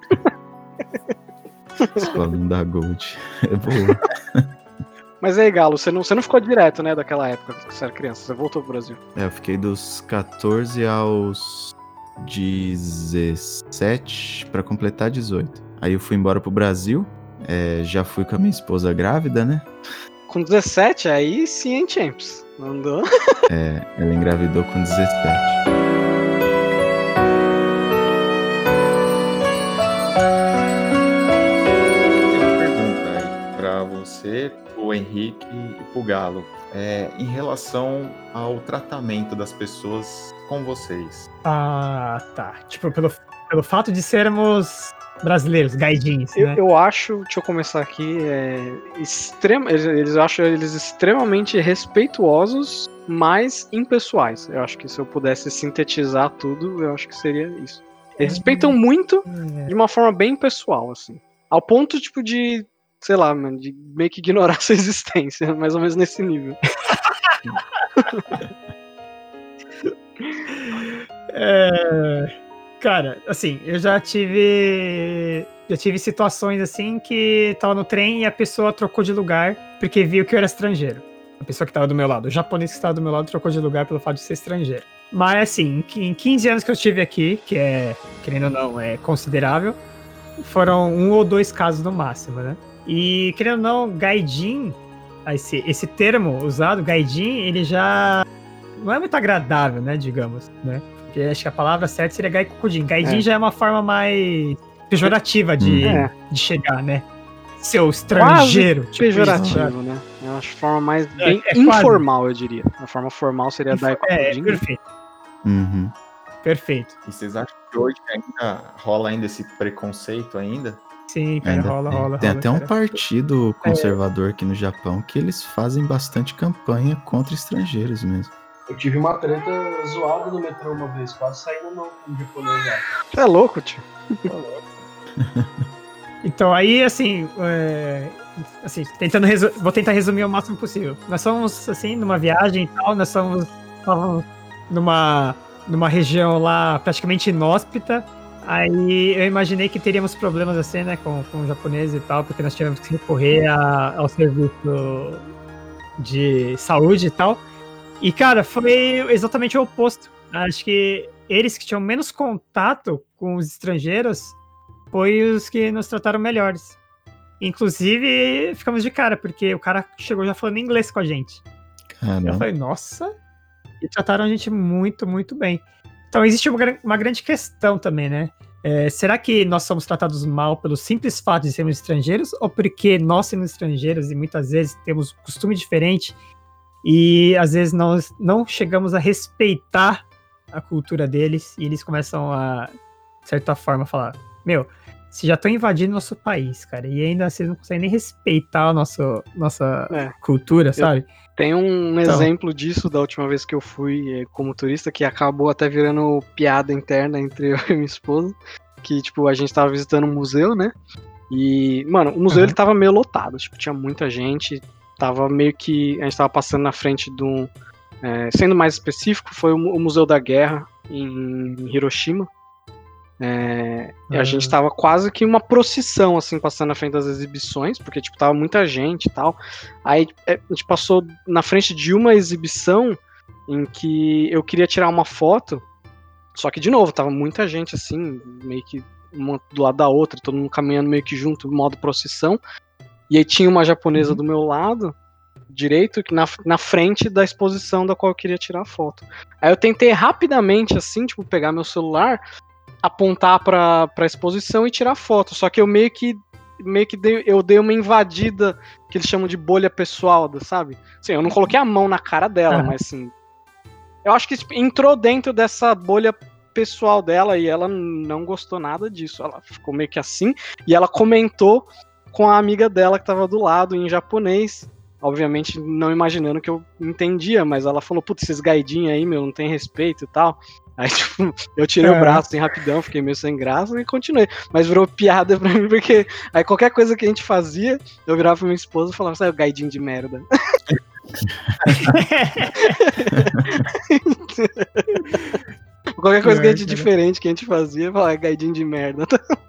S2: Escola não dá gold. É boa.
S3: Mas aí, Galo, você não, você não ficou direto, né, daquela época que você era criança. Você voltou pro Brasil.
S2: É, eu fiquei dos catorze aos dezessete pra completar dezoito. Aí eu fui embora pro Brasil, é, já fui com a minha esposa grávida, né?
S3: Com dezessete, aí sim, hein, Champs? Não andou?
S2: É, ela engravidou com dezessete.
S5: Tem uma pergunta aí pra você, o Henrique e pro Galo. É, em relação ao tratamento das pessoas com vocês.
S1: ah, tá. Tipo, pelo, pelo fato de sermos brasileiros, gaidins,
S3: Eu,
S1: né?
S3: eu acho, deixa eu começar aqui, é, extrema, eles, eles acham eles extremamente respeituosos, mas impessoais. Eu acho que se eu pudesse sintetizar tudo, eu acho que seria isso. Eles respeitam muito de uma forma bem pessoal, assim. Ao ponto, tipo, de, sei lá, mano, de meio que ignorar sua existência, mais ou menos nesse nível.
S1: É, cara, assim, eu já tive. Já tive situações assim que tava no trem e a pessoa trocou de lugar porque viu que eu era estrangeiro. A pessoa que tava do meu lado, o japonês que estava do meu lado trocou de lugar pelo fato de ser estrangeiro. Mas assim, em quinze anos que eu tive aqui, que é, querendo ou não, é considerável, foram um ou dois casos no máximo, né? E querendo ou não, gaijin, esse, esse termo usado, gaijin, ele já não é muito agradável, né, digamos, né? Porque acho que a palavra certa seria gaikokujin. Gaijin
S3: É.
S1: já é uma forma mais pejorativa de,
S3: É.
S1: de chegar, né? Seu estrangeiro.
S3: Quase
S1: tipo isso,
S3: pejorativo,
S1: sabe?
S3: né? Eu acho a forma mais
S1: É,
S3: bem
S1: é quase.
S3: informal, eu diria. A forma formal seria
S1: Info- É,
S3: daikokujin.
S1: perfeito,
S2: Uhum.
S1: perfeito.
S5: E vocês acham que hoje ainda rola ainda esse preconceito ainda?
S1: Sim, cara,
S2: Ainda
S1: rola,
S2: tem.
S1: rola,
S2: Tem
S1: rola,
S2: até um
S1: cara.
S2: partido conservador aqui no Japão que eles fazem bastante campanha contra estrangeiros mesmo.
S7: Eu tive uma treta zoada no metrô uma vez, quase saí na mão com um japonês lá.
S3: Você é louco, tio.
S1: Então, aí, assim, é, assim tentando resu- vou tentar resumir o máximo possível. Nós somos, assim, numa viagem e tal, nós somos, estávamos numa, numa região lá praticamente inóspita. Aí eu imaginei que teríamos problemas, assim, né, com, com os japoneses e tal, porque nós tivemos que recorrer a- ao serviço de saúde e tal. E, cara, foi exatamente o oposto. Acho que eles que tinham menos contato com os estrangeiros foi os que nos trataram melhores. Inclusive, ficamos de cara, porque o cara chegou já falando inglês com a gente. Eu
S2: Caramba.
S1: falei, nossa, e trataram a gente muito, muito bem. Então, existe uma, gran- uma grande questão também, né? É, será que nós somos tratados mal pelo simples fato de sermos estrangeiros? Ou porque nós somos estrangeiros e muitas vezes temos costume diferente e às vezes nós não chegamos a respeitar a cultura deles e eles começam a, de certa forma, falar: Meu, vocês já estão invadindo nosso país, cara, e ainda vocês não conseguem nem respeitar a nossa, nossa
S3: É.
S1: cultura, sabe?
S3: Tem um
S1: Então.
S3: exemplo disso da última vez que eu fui eh, como turista, que acabou até virando piada interna entre eu e minha esposa, que, tipo, a gente tava visitando um museu, né? E, mano, o museu
S1: Uhum.
S3: ele tava meio lotado, tipo, tinha muita gente, tava meio que, a gente tava passando na frente de um, é, sendo mais específico, foi o, Mu- o Museu da Guerra em Hiroshima. É, e a
S1: Ah.
S3: gente tava quase que uma procissão, assim, passando na frente das exibições, porque, tipo, tava muita gente e tal. Aí é, a gente passou na frente de uma exibição em que eu queria tirar uma foto, só que, de novo, tava muita gente, assim, meio que uma do lado da outra, todo mundo caminhando meio que junto, modo procissão. E aí tinha uma japonesa do meu lado, direito, que na, na frente da exposição da qual eu queria tirar a foto. Aí eu tentei rapidamente, assim, tipo, pegar meu celular, apontar pra, pra exposição e tirar foto. Só que eu meio que meio que dei, eu dei uma invadida que eles chamam de bolha pessoal, sabe? Assim, eu não coloquei a mão na cara dela,
S1: Ah.
S3: mas assim, eu acho que tipo, entrou dentro dessa bolha pessoal dela e ela não gostou nada disso. Ela ficou meio que assim e ela comentou com a amiga dela que tava do lado em japonês, obviamente não imaginando que eu entendia, mas ela falou, putz, esses gaidinhos aí, meu, não tem respeito e tal. Aí, tipo, eu tirei
S1: É.
S3: o braço assim rapidão, fiquei meio sem graça e continuei. Mas virou piada pra mim, porque aí qualquer coisa que a gente fazia, eu virava pra minha esposa e falava, sai, o gaidinho de merda. Qualquer coisa que a gente
S1: É, cara.
S3: diferente que a gente fazia, eu falava, é gaidinho de merda.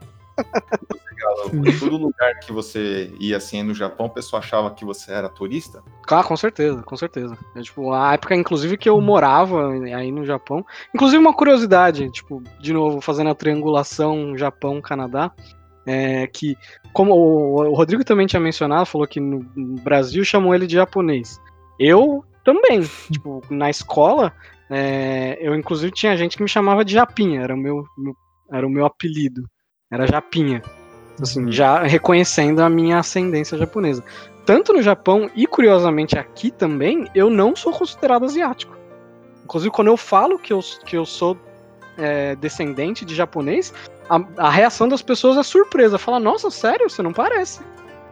S5: Em todo lugar que você ia assim no Japão, o pessoal achava que você era turista?
S3: Ah, com certeza, com certeza. É, tipo, a época, inclusive, que eu morava aí no Japão. Inclusive, uma curiosidade, tipo, de novo, fazendo a triangulação Japão-Canadá, é que, como o, o Rodrigo também tinha mencionado, falou que no, no Brasil chamam ele de japonês. Eu também, tipo, na escola, é, eu inclusive tinha gente que me chamava de Japinha, era o meu, meu- era o meu apelido, era Japinha. Assim,
S5: Uhum.
S3: já reconhecendo a minha ascendência japonesa. Tanto no Japão e, curiosamente, aqui também, eu não sou considerado asiático. Inclusive, quando eu falo que eu, que eu sou é, descendente de japonês, a, a reação das pessoas é surpresa. Fala, nossa, sério? Você não parece.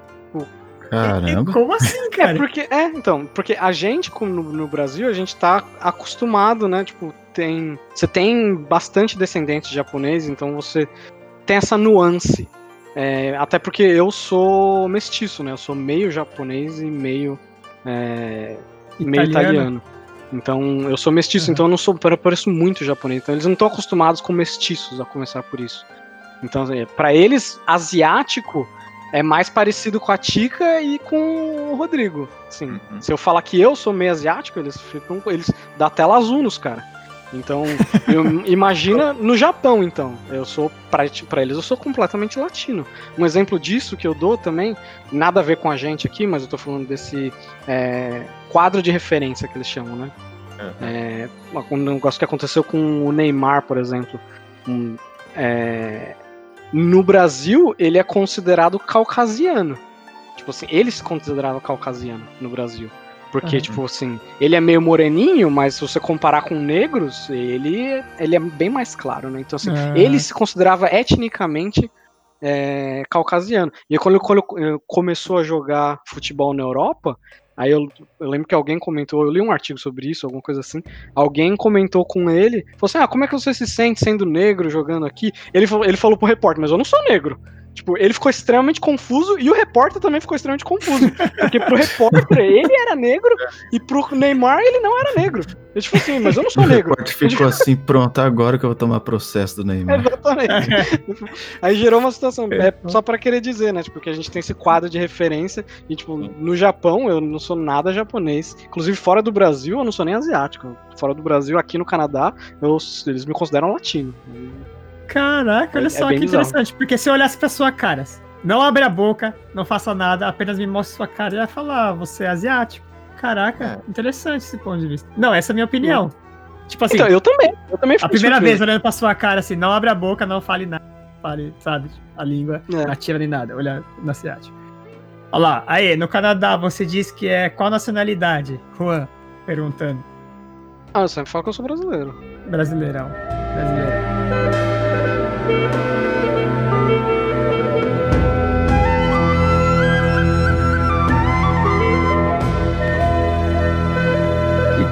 S2: Caramba.
S1: Como assim,
S3: É,
S1: cara?
S3: porque, é, então, porque a gente, como no, no Brasil, a gente tá acostumado, né? Tipo, tem. Você tem bastante descendente de japonês, então você tem essa nuance. É, até porque eu sou mestiço, né? Eu sou meio japonês e meio, é, meio italiano. Então, eu sou mestiço,
S1: Uhum.
S3: então eu não sou, eu pareço muito japonês. Então, eles não estão acostumados com mestiços, a começar por isso. Então, é, pra eles, asiático é mais parecido com a Tika e com o Rodrigo. Assim,
S5: Uhum.
S3: se eu falar que eu sou meio asiático, eles ficam, eles dá tela azul nos caras. Então, eu, imagina no Japão, então. Eu sou, pra, pra eles, eu sou completamente latino. Um exemplo disso que eu dou também, nada a ver com a gente aqui, mas eu tô falando desse é, quadro de referência que eles chamam, né?
S5: Uhum.
S3: É, um negócio que aconteceu com o Neymar, por exemplo. Um, é, no Brasil, ele é considerado caucasiano. Tipo assim, ele se considerava caucasiano no Brasil. Porque,
S1: Uhum.
S3: tipo assim, ele é meio moreninho, mas se você comparar com negros, ele, ele é bem mais claro, né? Então, assim,
S1: Ah.
S3: ele se considerava etnicamente é, caucasiano. E quando ele, quando ele começou a jogar futebol na Europa, aí eu, eu lembro que alguém comentou, eu li um artigo sobre isso, alguma coisa assim, alguém comentou com ele, falou assim, ah, como é que você se sente sendo negro jogando aqui? Ele, falou- ele falou pro repórter, mas eu não sou negro. Tipo, ele ficou extremamente confuso e o repórter também ficou extremamente confuso. Porque pro repórter ele era negro e pro Neymar ele não era negro. Eu tipo assim, mas eu não sou
S2: O
S3: negro.
S2: repórter ficou assim, pronto, agora que eu vou tomar processo do Neymar.
S3: Exatamente. Aí gerou uma situação. É só pra querer dizer, né? Tipo, que a gente tem esse quadro de referência. E, tipo, no Japão eu não sou nada japonês. Inclusive, fora do Brasil, eu não sou nem asiático. Fora do Brasil, aqui no Canadá, eu, eles me consideram latino.
S1: Caraca, olha
S3: É- é
S1: só
S3: bem
S1: que
S3: bizarro.
S1: interessante. Porque se eu olhasse pra sua cara, não abre a boca, não faça nada, apenas me mostre sua cara e vai falar, ah, você é asiático. Caraca, interessante esse ponto de vista. Não, essa é a minha opinião. Tipo assim,
S3: Então, eu também. Eu também
S1: a
S3: fico
S1: primeira
S3: surpreso.
S1: vez olhando pra sua cara assim, não abre a boca, não fale nada. Fale, sabe, a língua
S3: É.
S1: nativa nem nada, olha no asiático. Olha lá, aí, no Canadá você disse que é qual nacionalidade? Juan, perguntando.
S3: Ah, eu sempre falo que eu sou brasileiro.
S1: Brasileirão. Brasileiro.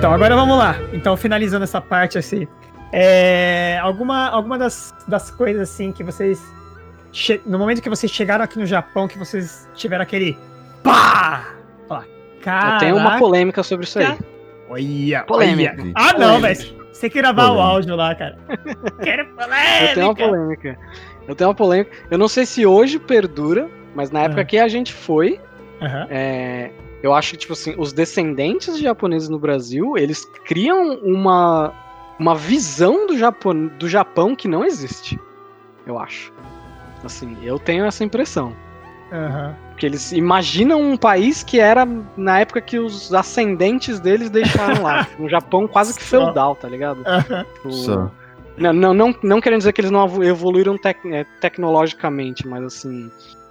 S1: Então, agora vamos lá. Então, finalizando essa parte, assim. É, alguma alguma das, das coisas, assim, que vocês... Che... No momento que vocês chegaram aqui no Japão, que vocês tiveram aquele... Pá! Fala,
S3: Eu tenho uma polêmica sobre isso aí.
S1: Olha,
S3: Polêmica.
S1: olha. Ah, não,
S3: Polêmica.
S1: velho. Você quer gravar
S2: Polêmica.
S1: o áudio lá, cara. Quero polêmica.
S3: Eu tenho uma polêmica. Eu tenho uma polêmica. Eu não sei se hoje perdura, mas na época
S1: Ah.
S3: que a gente foi,
S1: Aham.
S3: é, eu acho que, tipo assim, os descendentes de japoneses no Brasil, eles criam uma, uma visão do Japão, do Japão que não existe. Eu acho. Assim, eu tenho essa impressão.
S1: Aham.
S3: Porque eles imaginam um país que era na época que os ascendentes deles deixaram lá. Um Japão quase que
S1: Só.
S3: feudal, tá ligado?
S1: Aham.
S3: Tipo,
S2: Só.
S3: Não, não, não, não querendo dizer que eles não evoluíram tec- é, tecnologicamente, mas assim.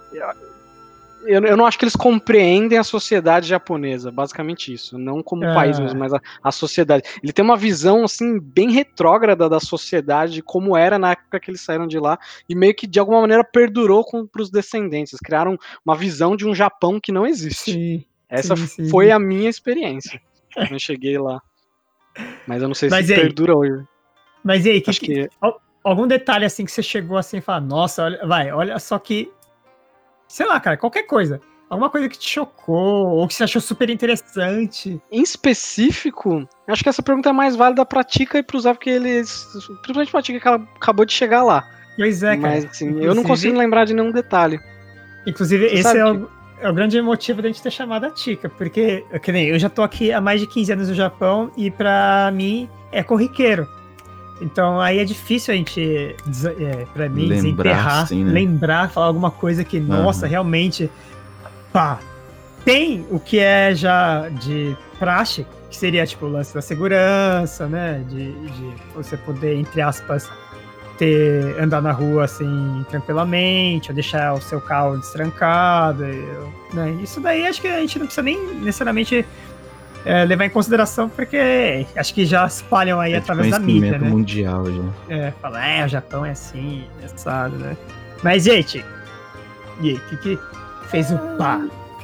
S3: Eu, eu não acho que eles compreendem a sociedade japonesa, basicamente isso. Não como
S1: Ah.
S3: país mesmo, mas a, a sociedade. Ele tem uma visão, assim, bem retrógrada da sociedade, de como era na época que eles saíram de lá, e meio que de alguma maneira perdurou com, pros descendentes. Eles criaram uma visão de um Japão que não existe.
S1: Sim.
S3: Essa
S1: sim, sim.
S3: foi a minha experiência. Quando eu cheguei lá. Mas eu não sei
S1: Mas
S3: se
S1: e aí?
S3: perdura hoje.
S1: Mas e aí, que,
S3: Acho
S1: que-
S3: que.
S1: al- algum detalhe assim que você chegou assim e falou, nossa, olha, vai, olha só que. Sei lá, cara, qualquer coisa. Alguma coisa que te chocou, ou que você achou super interessante.
S3: Em específico, acho que essa pergunta é mais válida pra Tika e pro Zé, porque eles. Principalmente pra Tika, que ela acabou de chegar lá.
S1: Pois é, cara.
S3: Mas assim, eu não
S1: Inclusive-
S3: consigo lembrar de nenhum detalhe.
S1: Inclusive,
S3: Você
S1: esse
S3: sabe
S1: é
S3: que-
S1: o, é o grande motivo da gente ter chamado a Tika, porque, que nem, eu já tô aqui há mais de quinze anos no Japão e pra mim é corriqueiro. Então aí é difícil a gente, des- é, pra mim,
S2: Lembrar,
S1: desenterrar,
S2: assim, né?
S1: lembrar, falar alguma coisa que, nossa,
S2: Aham.
S1: realmente, pá. Tem o que é já de praxe, que seria tipo o lance da segurança, né? De, de você poder, entre aspas, ter, andar na rua assim tranquilamente, ou deixar o seu carro destrancado, eu- né? Isso daí acho que a gente não precisa nem necessariamente é, levar em consideração, porque acho que já espalham aí
S2: É de
S1: através da mídia,
S2: conhecimento
S1: né?
S2: mundial já.
S1: É, fala, é, o Japão é assim, é assado, né? Mas, gente, e aí, o que que fez o pá?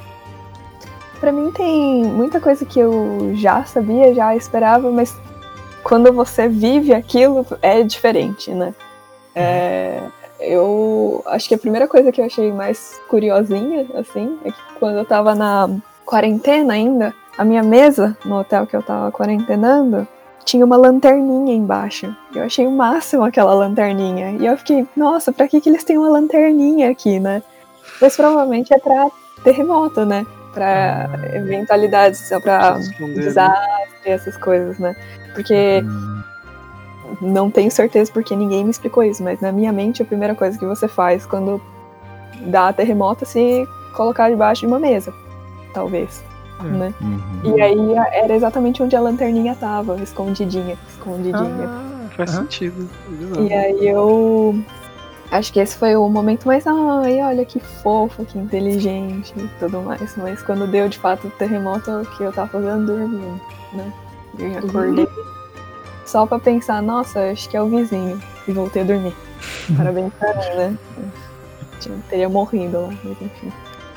S4: Pra mim tem muita coisa que eu já sabia, já esperava, mas quando você vive aquilo é diferente, né? É, eu acho que a primeira coisa que eu achei mais curiosinha, assim, é que quando eu tava na quarentena ainda, a minha mesa no hotel que eu tava quarentenando tinha uma lanterninha embaixo. Eu achei o máximo aquela lanterninha. E eu fiquei, nossa, pra que, que eles têm uma lanterninha aqui, né? Mas provavelmente é pra terremoto, né? Pra
S1: Ah.
S4: eventualidades, pra
S3: Pra esconder, né?
S4: desastre, essas coisas, né? Porque
S2: Hum,
S4: não tenho certeza porque ninguém me explicou isso, mas na minha mente a primeira coisa que você faz quando dá terremoto é se colocar debaixo de uma mesa, talvez,
S1: Hum.
S4: né?
S2: uhum.
S4: E aí a- era exatamente onde a lanterninha tava, escondidinha, escondidinha.
S1: Ah,
S3: Faz
S1: aham.
S3: sentido. Exato.
S4: E aí eu acho que esse foi o momento mais, ai, olha que fofo, que inteligente e tudo mais. Mas quando deu de fato o terremoto, o que eu tava fazendo dormindo, né? Eu acordei só pra pensar, nossa, acho que é o vizinho. E voltei a dormir. Parabéns pra mim, né? Eu teria morrido lá, mas enfim.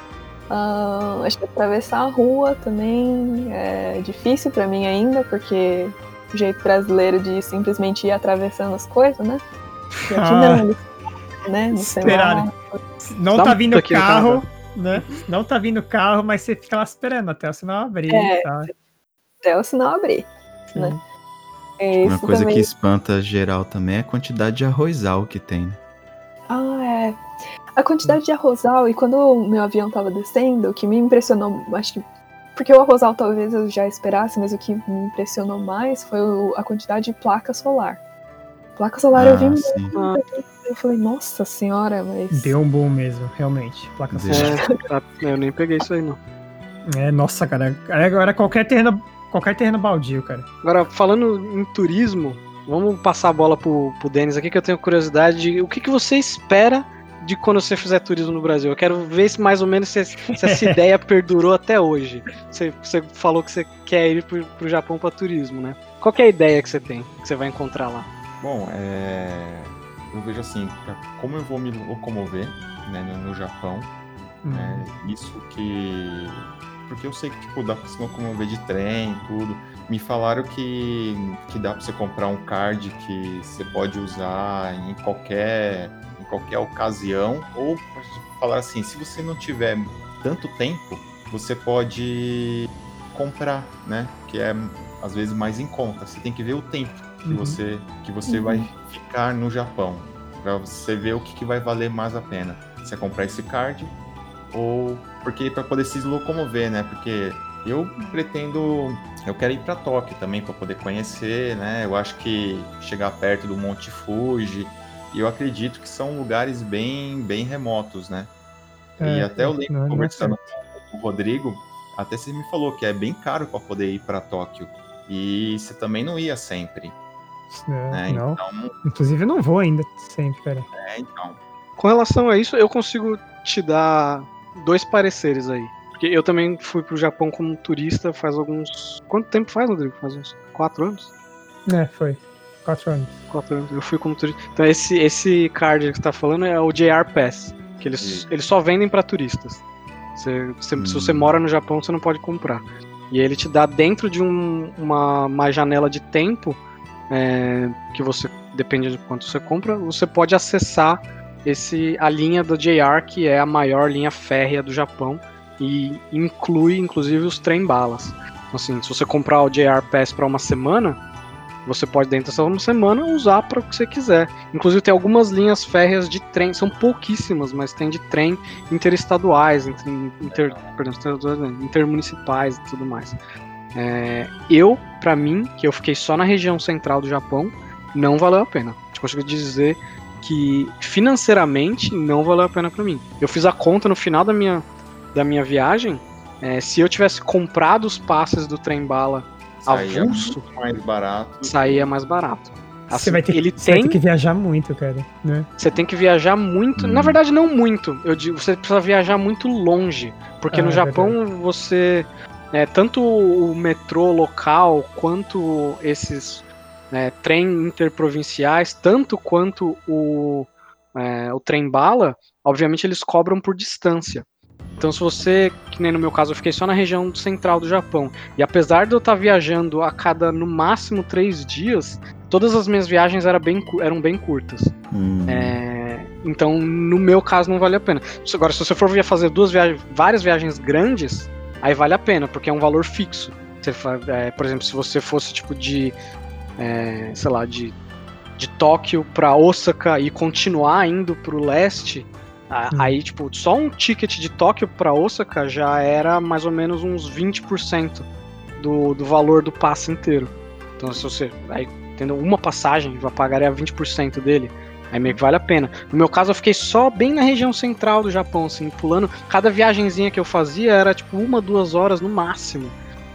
S4: Ah, acho que atravessar a rua também é difícil pra mim ainda, porque o jeito brasileiro de simplesmente ir atravessando as coisas, né? E aqui
S1: Ah.
S4: não, eles, né? No
S1: Esperar,
S4: celular.
S1: Não
S3: Dá
S1: tá
S3: um
S1: vindo
S3: toque no
S1: carro, né? Não tá vindo carro, mas você fica lá esperando até o sinal abrir,
S4: É.
S1: tá?
S4: Até o sinal abrir, né?
S1: Sim.
S4: É,
S2: Uma
S4: isso
S2: coisa
S4: também.
S2: que espanta geral também é a quantidade de arrozal que tem. né?
S4: Ah, é. A quantidade de arrozal, e quando o meu avião tava descendo, o que me impressionou, acho que. Porque o arrozal talvez eu já esperasse, mas o que me impressionou mais foi o- a quantidade de placa solar. Placa solar eu vi
S2: Ah,
S4: muito.
S2: sim.
S4: Eu falei, nossa senhora, mas.
S1: Deu um boom mesmo, realmente. Placa
S2: Deu.
S1: solar.
S3: É, tá, eu nem peguei isso aí, não.
S1: É, nossa, cara. Agora qualquer terreno, qualquer terreno baldio, cara.
S3: Agora, falando em turismo, vamos passar a bola pro, pro Denis aqui, que eu tenho curiosidade de o que, que você espera de quando você fizer turismo no Brasil. Eu quero ver se mais ou menos se, se essa ideia perdurou até hoje. Você, você falou que você quer ir pro, pro Japão pra turismo, né? Qual que é a ideia que você tem, que você vai encontrar lá?
S5: Bom, é, eu vejo assim, pra como eu vou me locomover, né, no, no Japão,
S1: Hum.
S5: né, isso que porque eu sei que tipo, dá pra se locomover de trem e tudo. Me falaram que, que dá pra você comprar um card que você pode usar em qualquer, em qualquer ocasião, ou falar assim, se você não tiver tanto tempo, você pode comprar, né? Que é às vezes mais em conta. Você tem que ver o tempo que
S1: Uhum.
S5: você, que você
S4: Uhum.
S5: vai ficar no Japão, para você ver o que, que vai valer mais a pena. Você comprar esse card ou porque para poder se locomover, né? Porque eu pretendo, eu quero ir para Tóquio também para poder conhecer, né? Eu acho que chegar perto do Monte Fuji, e eu acredito que são lugares bem, bem remotos, né?
S1: É,
S5: e até eu lembro
S1: não- não é
S5: conversando com o Rodrigo, até você me falou que é bem caro para poder ir para Tóquio e você também não ia sempre,
S1: Não,
S5: né?
S1: não.
S5: Então,
S1: Inclusive eu não vou ainda sempre, cara.
S5: é, então.
S3: Com relação a isso, eu consigo te dar dois pareceres aí. Porque eu também fui pro Japão como turista faz alguns... Quanto tempo faz, Rodrigo? Faz uns quatro anos?
S1: É, foi. Quatro anos.
S3: Quatro anos. Eu fui como turista. Então esse, esse card que você tá falando é o J R Pass. Que eles,
S5: Isso.
S3: eles só vendem pra turistas. Você, você-
S2: Hum.
S3: Se você mora no Japão, você não pode comprar. E ele te dá dentro de um- uma, uma janela de tempo, é, que você, depende de quanto você compra, você pode acessar esse, a linha do J R, que é a maior linha férrea do Japão, e inclui inclusive os trem-balas. Então, assim, se você comprar o J R Pass para uma semana, você pode dentro dessa uma semana usar para o que você quiser. Inclusive tem algumas linhas férreas de trem, são pouquíssimas, mas tem de trem interestaduais, inter, inter, perdão, interestaduais, não, intermunicipais e tudo mais. É, eu, para mim, que eu fiquei só na região central do Japão, não valeu a pena. Eu consigo dizer que financeiramente não valeu a pena para mim. Eu fiz a conta no final da minha, da minha viagem, é, se eu tivesse comprado os passes do trem-bala
S5: Saía
S3: avulso,
S5: muito mais barato.
S3: saía mais barato.
S1: Você
S3: Assim,
S1: vai ter,
S3: ele
S1: você vai
S3: tem,
S1: ter que viajar muito, cara, né?
S3: você tem que viajar muito.
S2: Hum.
S3: Na verdade, não muito. Eu digo, você precisa viajar muito longe, porque
S1: Ah,
S3: no
S1: é
S3: Japão você é, tanto o metrô local quanto esses é, trem interprovinciais, tanto quanto o é, o trem bala, obviamente eles cobram por distância. Então, se você, que nem no meu caso, eu fiquei só na região central do Japão, e apesar de eu estar viajando a cada, no máximo, três dias, todas as minhas viagens eram bem, cu- eram bem curtas.
S2: Hum.
S3: É, então, no meu caso, não vale a pena. Se- Agora, se você for via- fazer duas viagens, várias viagens grandes, aí vale a pena, porque é um valor fixo. Você fa- é, por exemplo, se você fosse tipo de, é, sei lá, de, de Tóquio para Osaka e continuar indo pro leste, a-
S1: Hum.
S3: aí, tipo, só um ticket de Tóquio para Osaka já era mais ou menos uns vinte por cento do, do valor do passe inteiro. Então, se você, aí, tendo uma passagem, já pagaria vinte por cento dele. Aí meio que vale a pena. No meu caso, eu fiquei só bem na região central do Japão, assim, pulando. Cada viagenzinha que eu fazia era tipo uma, duas horas no máximo.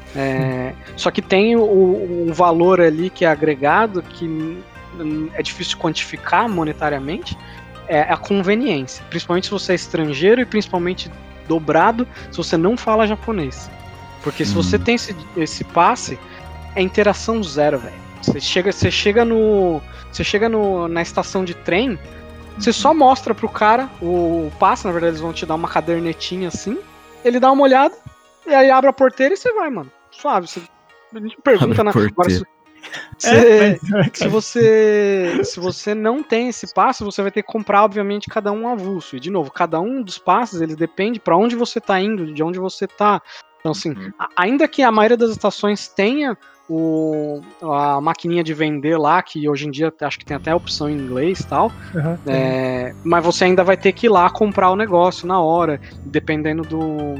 S3: É, só que tem o, o valor ali que é agregado, que n- é difícil quantificar monetariamente, é a conveniência. Principalmente se você é estrangeiro e principalmente dobrado se você não fala japonês. Porque se
S2: Hum.
S3: você tem esse, esse passe, é interação zero, velho. Você chega, você chega no. Você chega no, na estação de trem, você só mostra pro cara o passe, na verdade eles vão te dar uma cadernetinha assim, ele dá uma olhada, e aí abre a porteira e você vai, mano. Suave. Você a gente pergunta
S2: Abre a
S3: na. Agora,
S2: porteira.
S3: se,
S1: É,
S3: se,
S1: mas,
S3: se você se você não tem esse passe, você vai ter que comprar, obviamente, cada um avulso. E de novo, cada um dos passes, ele depende para onde você tá indo, de onde você tá. Então, assim,
S5: Uhum.
S3: a- ainda que a maioria das estações tenha o, a maquininha de vender lá, que hoje em dia acho que tem até a opção em inglês e tal,
S1: Aham, tem.
S3: é, mas você ainda vai ter que ir lá comprar o negócio na hora, dependendo do.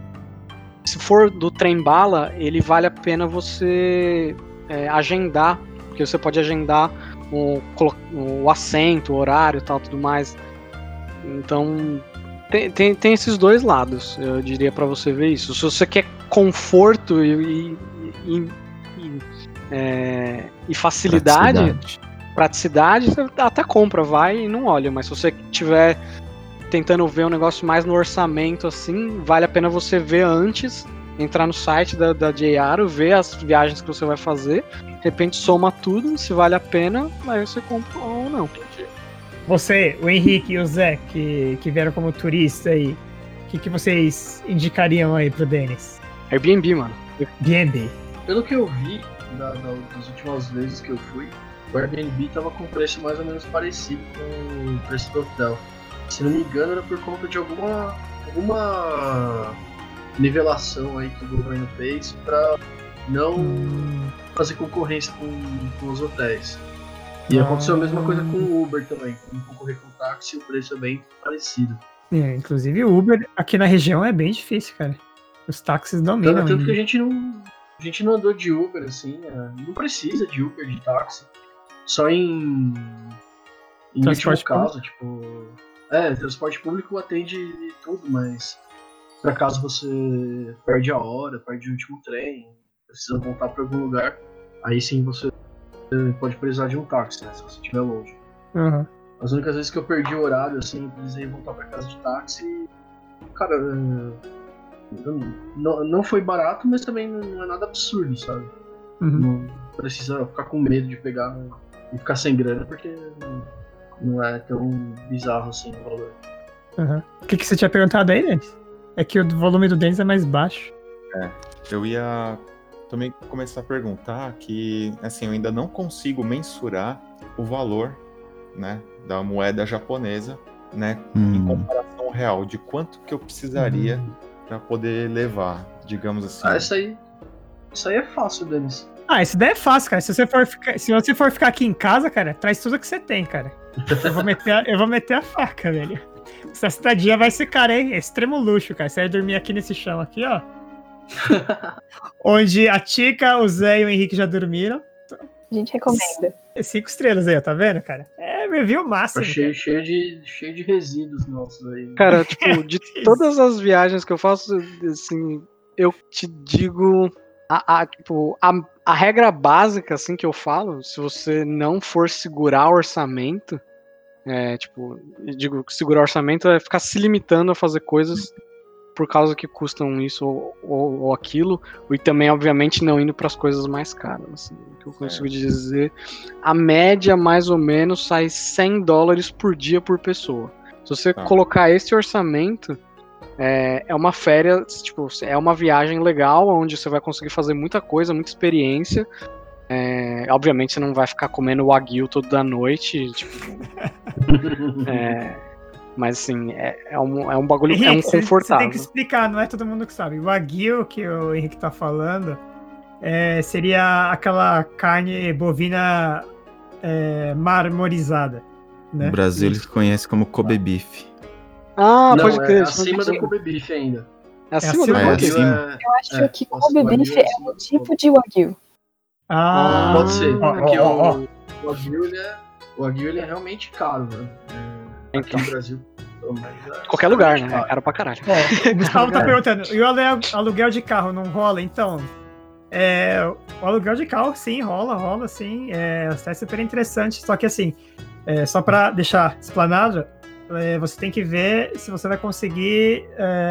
S3: Se for do trem bala, ele vale a pena você é, agendar, porque você pode agendar o, colo- o assento, o horário e tal, tudo mais. Então tem, tem, tem esses dois lados, eu diria pra você ver isso. Se você quer conforto e, e, e, e, é, e facilidade,
S2: Praticidade.
S3: praticidade, você até compra, vai e não olha. Mas se você tiver tentando ver um negócio mais no orçamento, assim, vale a pena você ver antes, entrar no site da, da J R, ver as viagens que você vai fazer, de repente soma tudo, se vale a pena, aí você compra ou não.
S1: Você, o Henrique e o Zé, que, que vieram como turista aí, o que, que vocês indicariam aí pro Denis?
S3: Airbnb, mano.
S1: B and B.
S7: Pelo que eu vi da- da- das últimas vezes que eu fui, o Airbnb tava com preço mais ou menos parecido com o preço do hotel. Se não me engano, era por conta de alguma, alguma nivelação aí que o governo fez pra não fazer concorrência com, com os hotéis. E aconteceu a mesma coisa com o Uber também. Quando concorrer com o táxi, o preço é bem parecido.
S1: É, inclusive o Uber aqui na região é bem difícil, cara. Os táxis dominam.
S7: Tanto, tanto que a
S1: ainda.
S7: gente não. A gente não andou de Uber, assim, é, não precisa de Uber, de táxi. Só em. Em último
S1: Transporte
S7: caso, tipo. É, transporte público atende tudo, mas. Pra caso você perde a hora, perde o último trem, precisa voltar pra algum lugar, aí sim você pode precisar de um táxi, né? Se você estiver longe.
S1: Aham.
S7: As únicas vezes que eu perdi o horário, assim, eu precisei voltar pra casa de táxi. Cara, é, não, não foi barato, mas também não é nada absurdo, sabe?
S1: Uhum.
S7: Não precisa ficar com medo de pegar e ficar sem grana, porque não, não é tão bizarro assim o valor.
S1: Uhum. O que, que você tinha perguntado aí, Denis? É que o volume do Denis é mais baixo.
S5: Eu ia também começar a perguntar que, assim, eu ainda não consigo mensurar o valor, né, da moeda japonesa, né, em
S2: Hum.
S5: comparação real, de quanto que eu precisaria para poder levar, digamos assim.
S7: Ah, isso aí. Isso aí é fácil, Denis.
S1: Ah, isso daí é fácil, cara. Se você for ficar, se você for ficar aqui em casa, cara, traz tudo que você tem, cara. Eu vou meter a, eu vou meter a faca, velho. Essa estadia vai ser cara, hein? É extremo luxo, cara. Você vai dormir aqui nesse chão aqui, ó. Onde a Tica, o Zé e o Henrique já dormiram.
S4: A gente recomenda.
S1: Cinco estrelas aí, ó, tá vendo, cara? É review
S7: Tá
S1: máximo.
S7: cheio, cheio, de, cheio de resíduos nossos aí.
S3: Cara, tipo, de todas as viagens que eu faço, assim, eu te digo. A, a, tipo, a, a regra básica, assim, que eu falo, se você não for segurar orçamento, é, tipo, eu digo que segurar orçamento é ficar se limitando a fazer coisas por causa que custam isso ou, ou, ou aquilo, e também, obviamente, não indo para as coisas mais caras, assim, o que eu consigo dizer, a média, mais ou menos, sai cem dólares por dia por pessoa. Se você
S5: Tá.
S3: colocar esse orçamento, É, é uma férias, tipo, é uma viagem legal, onde você vai conseguir fazer muita coisa, muita experiência. É, obviamente você não vai ficar comendo wagyu toda noite, tipo, é, mas assim, é, é, um, é um bagulho,
S1: Henrique,
S3: é um
S1: você- Você
S3: confortável.
S1: tem que explicar, não é todo mundo que sabe. O Wagyu que o Henrique tá falando é, seria aquela carne bovina é, marmorizada, né?
S2: No Brasil eles conhecem como Kobe Beef.
S3: Ah,
S7: não,
S3: pode
S7: é
S3: crer.
S7: acima
S3: isso
S7: do
S3: não
S7: Kobe Beef ainda.
S3: É acima
S1: acima
S3: do
S1: do
S2: Ah, é
S3: Wagyu.
S2: acima?
S4: Eu acho
S7: É,
S4: que
S7: nossa,
S4: Kobe
S7: Wagyu
S4: Beef
S7: é
S4: é
S7: acima
S4: um
S7: do
S4: tipo de Wagyu.
S1: Ah,
S7: Pode ser,
S1: ó,
S7: porque
S1: ó, ó, ó.
S7: o, o Wagyu ele é, o Wagyu ele é realmente caro, velho. É, aqui
S3: Então.
S7: no Brasil, pelo menos, é
S3: Qualquer lugar, né?
S7: extremamente
S3: É caro pra caralho.
S1: Ó, o Gustavo tá
S7: É.
S1: perguntando, e o alu- aluguel de carro não rola? Então, é, o aluguel de carro, sim, rola, rola, sim. É até super interessante, só que assim, é, só pra deixar explanado, é, você tem que ver se você vai conseguir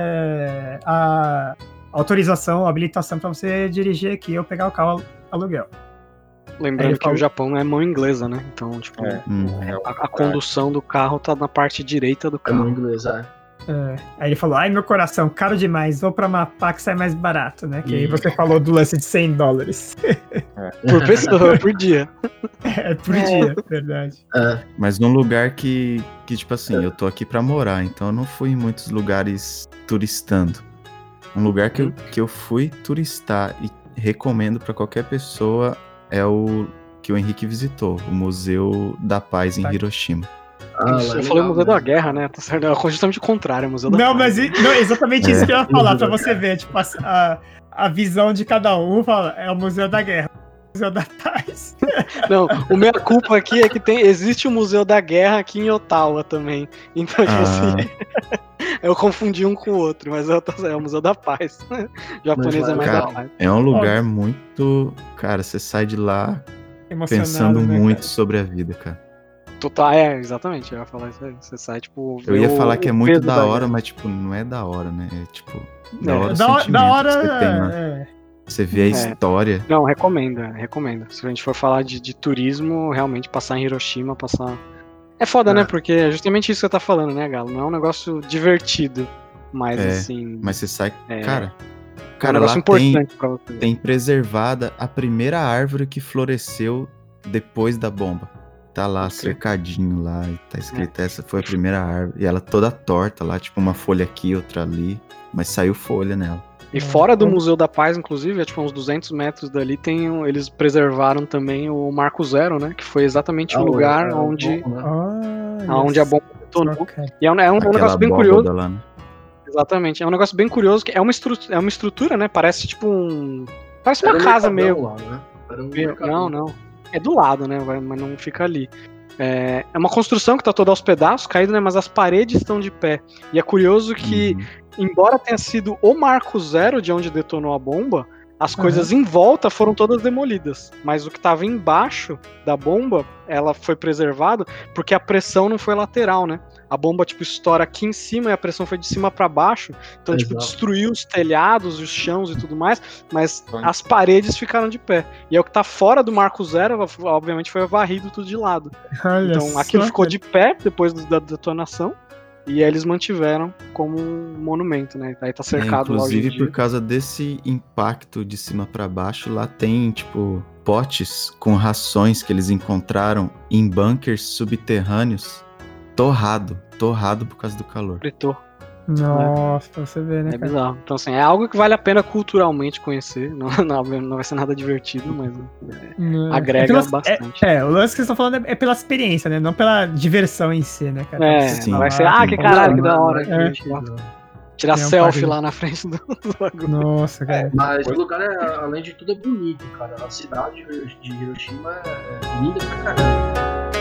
S1: é, a autorização, a habilitação pra você dirigir aqui ou pegar o carro aluguel. Aí
S3: Lembrando
S1: ele
S3: que
S1: falou-
S3: o Japão não é mão inglesa, né? Então, tipo,
S5: É.
S2: Hum.
S3: a, a condução do carro tá na parte direita do
S7: É no
S3: carro.
S7: inglês, é.
S1: É, aí ele falou, ai meu coração, caro demais, vou pra Mapá que sai mais barato, né? Que aí
S7: Ih.
S1: você falou do lance de cem dólares.
S3: Por pessoa, por dia.
S1: É por dia, verdade.
S7: É.
S2: Mas num lugar que, que, tipo assim, eu tô aqui pra morar, então eu não fui em muitos lugares turistando. Um lugar que eu, que eu fui turistar e recomendo pra qualquer pessoa é o que o Henrique visitou, o Museu da Paz em
S1: Tá.
S2: Hiroshima.
S7: Ah, lá é
S3: eu falei
S7: legal,
S3: Museu da
S7: né?
S3: Guerra, né? Tá certo. É justamente o contrário, é Museu da
S1: Não,
S3: Paz.
S1: mas i- não, exatamente isso
S2: É.
S1: que eu ia falar, pra você ver, tipo, a, a, a visão de cada um, fala, é o Museu da Guerra, o Museu da Paz.
S3: Não, o minha culpa aqui é que tem, existe o Museu da Guerra aqui em Ottawa também. Então, tipo
S2: Ah.
S3: assim, eu confundi um com o outro, mas eu tô- é o Museu da Paz. O japonês
S7: Mas lá
S3: é mais
S2: é
S3: da
S2: legal.
S3: paz.
S2: É um lugar muito... Cara, você sai de lá
S1: Emocionado,
S2: pensando
S1: né,
S2: muito
S1: cara?
S2: sobre a vida, cara.
S3: Total, é, exatamente, eu ia falar isso aí. Você sai, tipo.
S2: Eu
S3: ver
S2: ia
S3: o-
S2: falar que é
S3: o
S2: muito
S3: peso
S2: da hora,
S3: guerra.
S2: mas, tipo, não é da hora, né? É, tipo, da
S1: É,
S2: hora o
S1: da, hora-
S2: sentimento
S1: da hora,
S2: que você tem lá.
S1: é,
S2: Você vê a
S3: É.
S2: história.
S3: Não, recomenda, recomenda. Se a gente for falar de, de turismo, realmente passar em Hiroshima, passar. É foda,
S7: É.
S3: né? Porque é justamente isso que você tá falando, né, Galo? Não é um negócio divertido. Mas
S2: É,
S3: assim.
S2: Mas você sai...
S3: É.
S2: Cara, Cara,
S3: um negócio
S2: lá tem,
S3: importante pra você.
S2: tem preservada a primeira árvore que floresceu depois da bomba. Tá lá,
S3: Pode crer.
S2: cercadinho lá, e tá escrito, essa foi a primeira árvore. E ela toda torta lá, tipo uma folha aqui, outra ali. Mas saiu folha nela.
S3: E fora do Museu da Paz, inclusive, é tipo uns duzentos metros dali, tem um- eles preservaram também o Marco Zero, né? Que foi exatamente
S7: Ah,
S3: o lugar
S7: é,
S3: onde,
S7: bom, né?
S1: Olha
S3: onde a bomba detonou.
S1: só, cara.
S3: E é um, é um
S2: Aquela
S3: negócio bem
S2: abóboda
S3: curioso.
S2: lá, né?
S3: Exatamente. É um negócio bem curioso, que é uma, estru é uma estrutura, né? Parece tipo um... Parece uma
S7: Era um
S3: casa
S7: mercadão
S3: meio...
S7: lá, né? Era um
S3: meio-
S7: mercadão.
S3: Não, não. É do lado, né? vai- Mas não fica ali. É, é uma construção que tá toda aos pedaços, caída, né? Mas as paredes estão de pé. E é curioso que,
S2: Uhum.
S3: embora tenha sido o Marco Zero de onde detonou a bomba, as
S1: Aham.
S3: coisas em volta foram todas demolidas. Mas o que estava embaixo da bomba, ela foi preservada porque a pressão não foi lateral, né? A bomba, tipo, estoura aqui em cima e a pressão foi de cima para baixo. Então, tipo,
S7: Exato.
S3: destruiu os telhados, os chãos e tudo mais, mas
S5: Foi.
S3: as paredes ficaram de pé. E é o que tá fora do Marco Zero, obviamente, foi varrido tudo de lado.
S1: Olha
S3: Então,
S1: só,
S3: aquilo ficou
S1: cara.
S3: de pé depois do- da detonação. E aí eles mantiveram como um monumento, né? Aí tá
S2: É,
S3: cercado lá hoje em
S2: inclusive,
S3: dia.
S2: por causa desse impacto de cima pra baixo, lá tem, tipo, potes com rações que eles encontraram em bunkers subterrâneos, torrado, torrado por causa do calor.
S3: Fritou.
S1: Nossa, pra você ver, né,
S3: É
S1: cara?
S3: bizarro. Então, assim, é algo que vale a pena culturalmente conhecer. Não, não, não vai ser nada divertido, mas
S1: Não.
S3: agrega
S1: É pelas-
S3: bastante.
S1: É, o lance que vocês estão falando é, é pela experiência, né? Não pela diversão em si, né, cara?
S3: É,
S1: Pra você
S2: sim.
S3: não vai ser,
S1: falar,
S3: ah, que
S2: sim.
S3: caralho, que
S7: Não,
S3: da
S7: não
S3: hora.
S7: é divertido.
S3: Tirar
S1: Tem um
S3: selfie
S1: bagulho.
S3: lá na frente do, do bagulho.
S1: Nossa, cara.
S7: Mas o lugar, é, além de tudo, é bonito, cara. A cidade de Hiroshima é é linda pra caramba.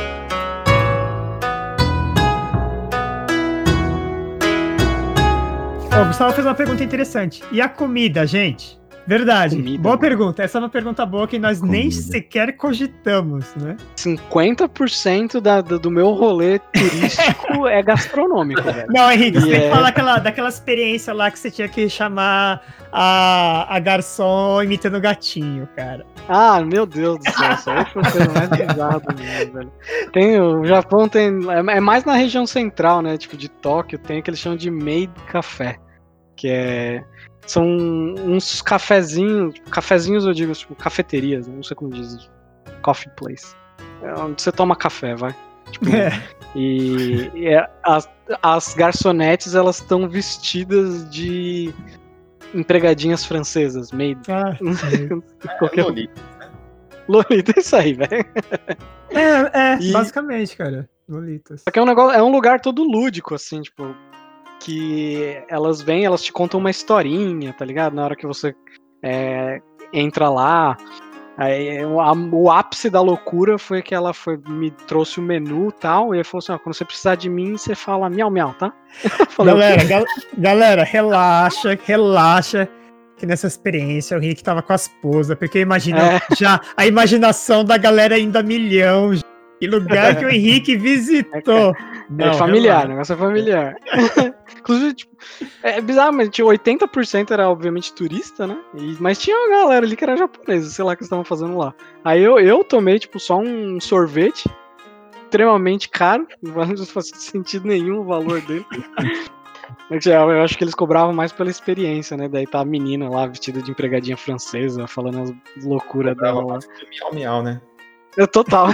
S1: Ó, o Gustavo fez uma pergunta interessante. E a comida, gente? Verdade.
S3: Comida,
S1: boa
S3: mano.
S1: pergunta. Essa é uma pergunta boa que nós nem
S2: Comida.
S1: sequer cogitamos, né?
S3: cinquenta por cento da, do, do meu rolê turístico é gastronômico, velho.
S1: Não, Henrique, você
S3: E
S1: tem que
S3: é-
S1: falar daquela, daquela experiência lá que você tinha que chamar a, a garçom imitando o gatinho, cara.
S3: Ah, meu Deus do céu, isso aí foi a coisa mais bizarra do mundo, velho. Tem, o Japão tem. É, é mais na região central, né? Tipo, de Tóquio, tem o que eles chamam de maid café. Que é. São uns cafezinhos. Cafezinhos, eu digo, tipo, cafeterias, não sei como diz. Coffee place. É onde você toma café, vai. Tipo,
S1: É.
S3: E, e é- as, as garçonetes, elas estão vestidas de empregadinhas francesas, maid.
S1: Ah,
S3: Qualquer...
S5: Lolita.
S3: Lolita, é isso aí, velho.
S1: é, é
S3: E-
S1: basicamente, cara. Lolitas.
S3: Só que é um negócio, é um lugar todo lúdico, assim, tipo, que elas vêm, elas te contam uma historinha, tá ligado? Na hora que você é, entra lá. Aí, o, a- o ápice da loucura foi que ela foi, me trouxe o menu e tal, e aí falou assim, ó, quando você precisar de mim, você fala miau miau, tá? Eu falei,
S1: Galera, gal- galera, relaxa, relaxa. Que nessa experiência o Rick tava com a esposa, porque imagina
S3: É.
S1: já a imaginação da galera ainda milhão. Que lugar que o Henrique visitou.
S3: é
S1: Não,
S3: familiar, o
S1: relaxa.
S3: negócio é familiar. Inclusive, tipo, é bizarro, mas tinha oitenta por cento era obviamente turista, né? E- mas tinha uma galera ali que era japonesa, sei lá o que eles estavam fazendo lá. Aí eu, eu tomei, tipo, só um sorvete extremamente caro, não faz sentido nenhum o valor dele. Eu eu acho que eles cobravam mais pela experiência, né? Daí tá a menina lá vestida de empregadinha francesa, falando as loucuras dela lá.
S5: Miau, miau, né?
S3: Eu total.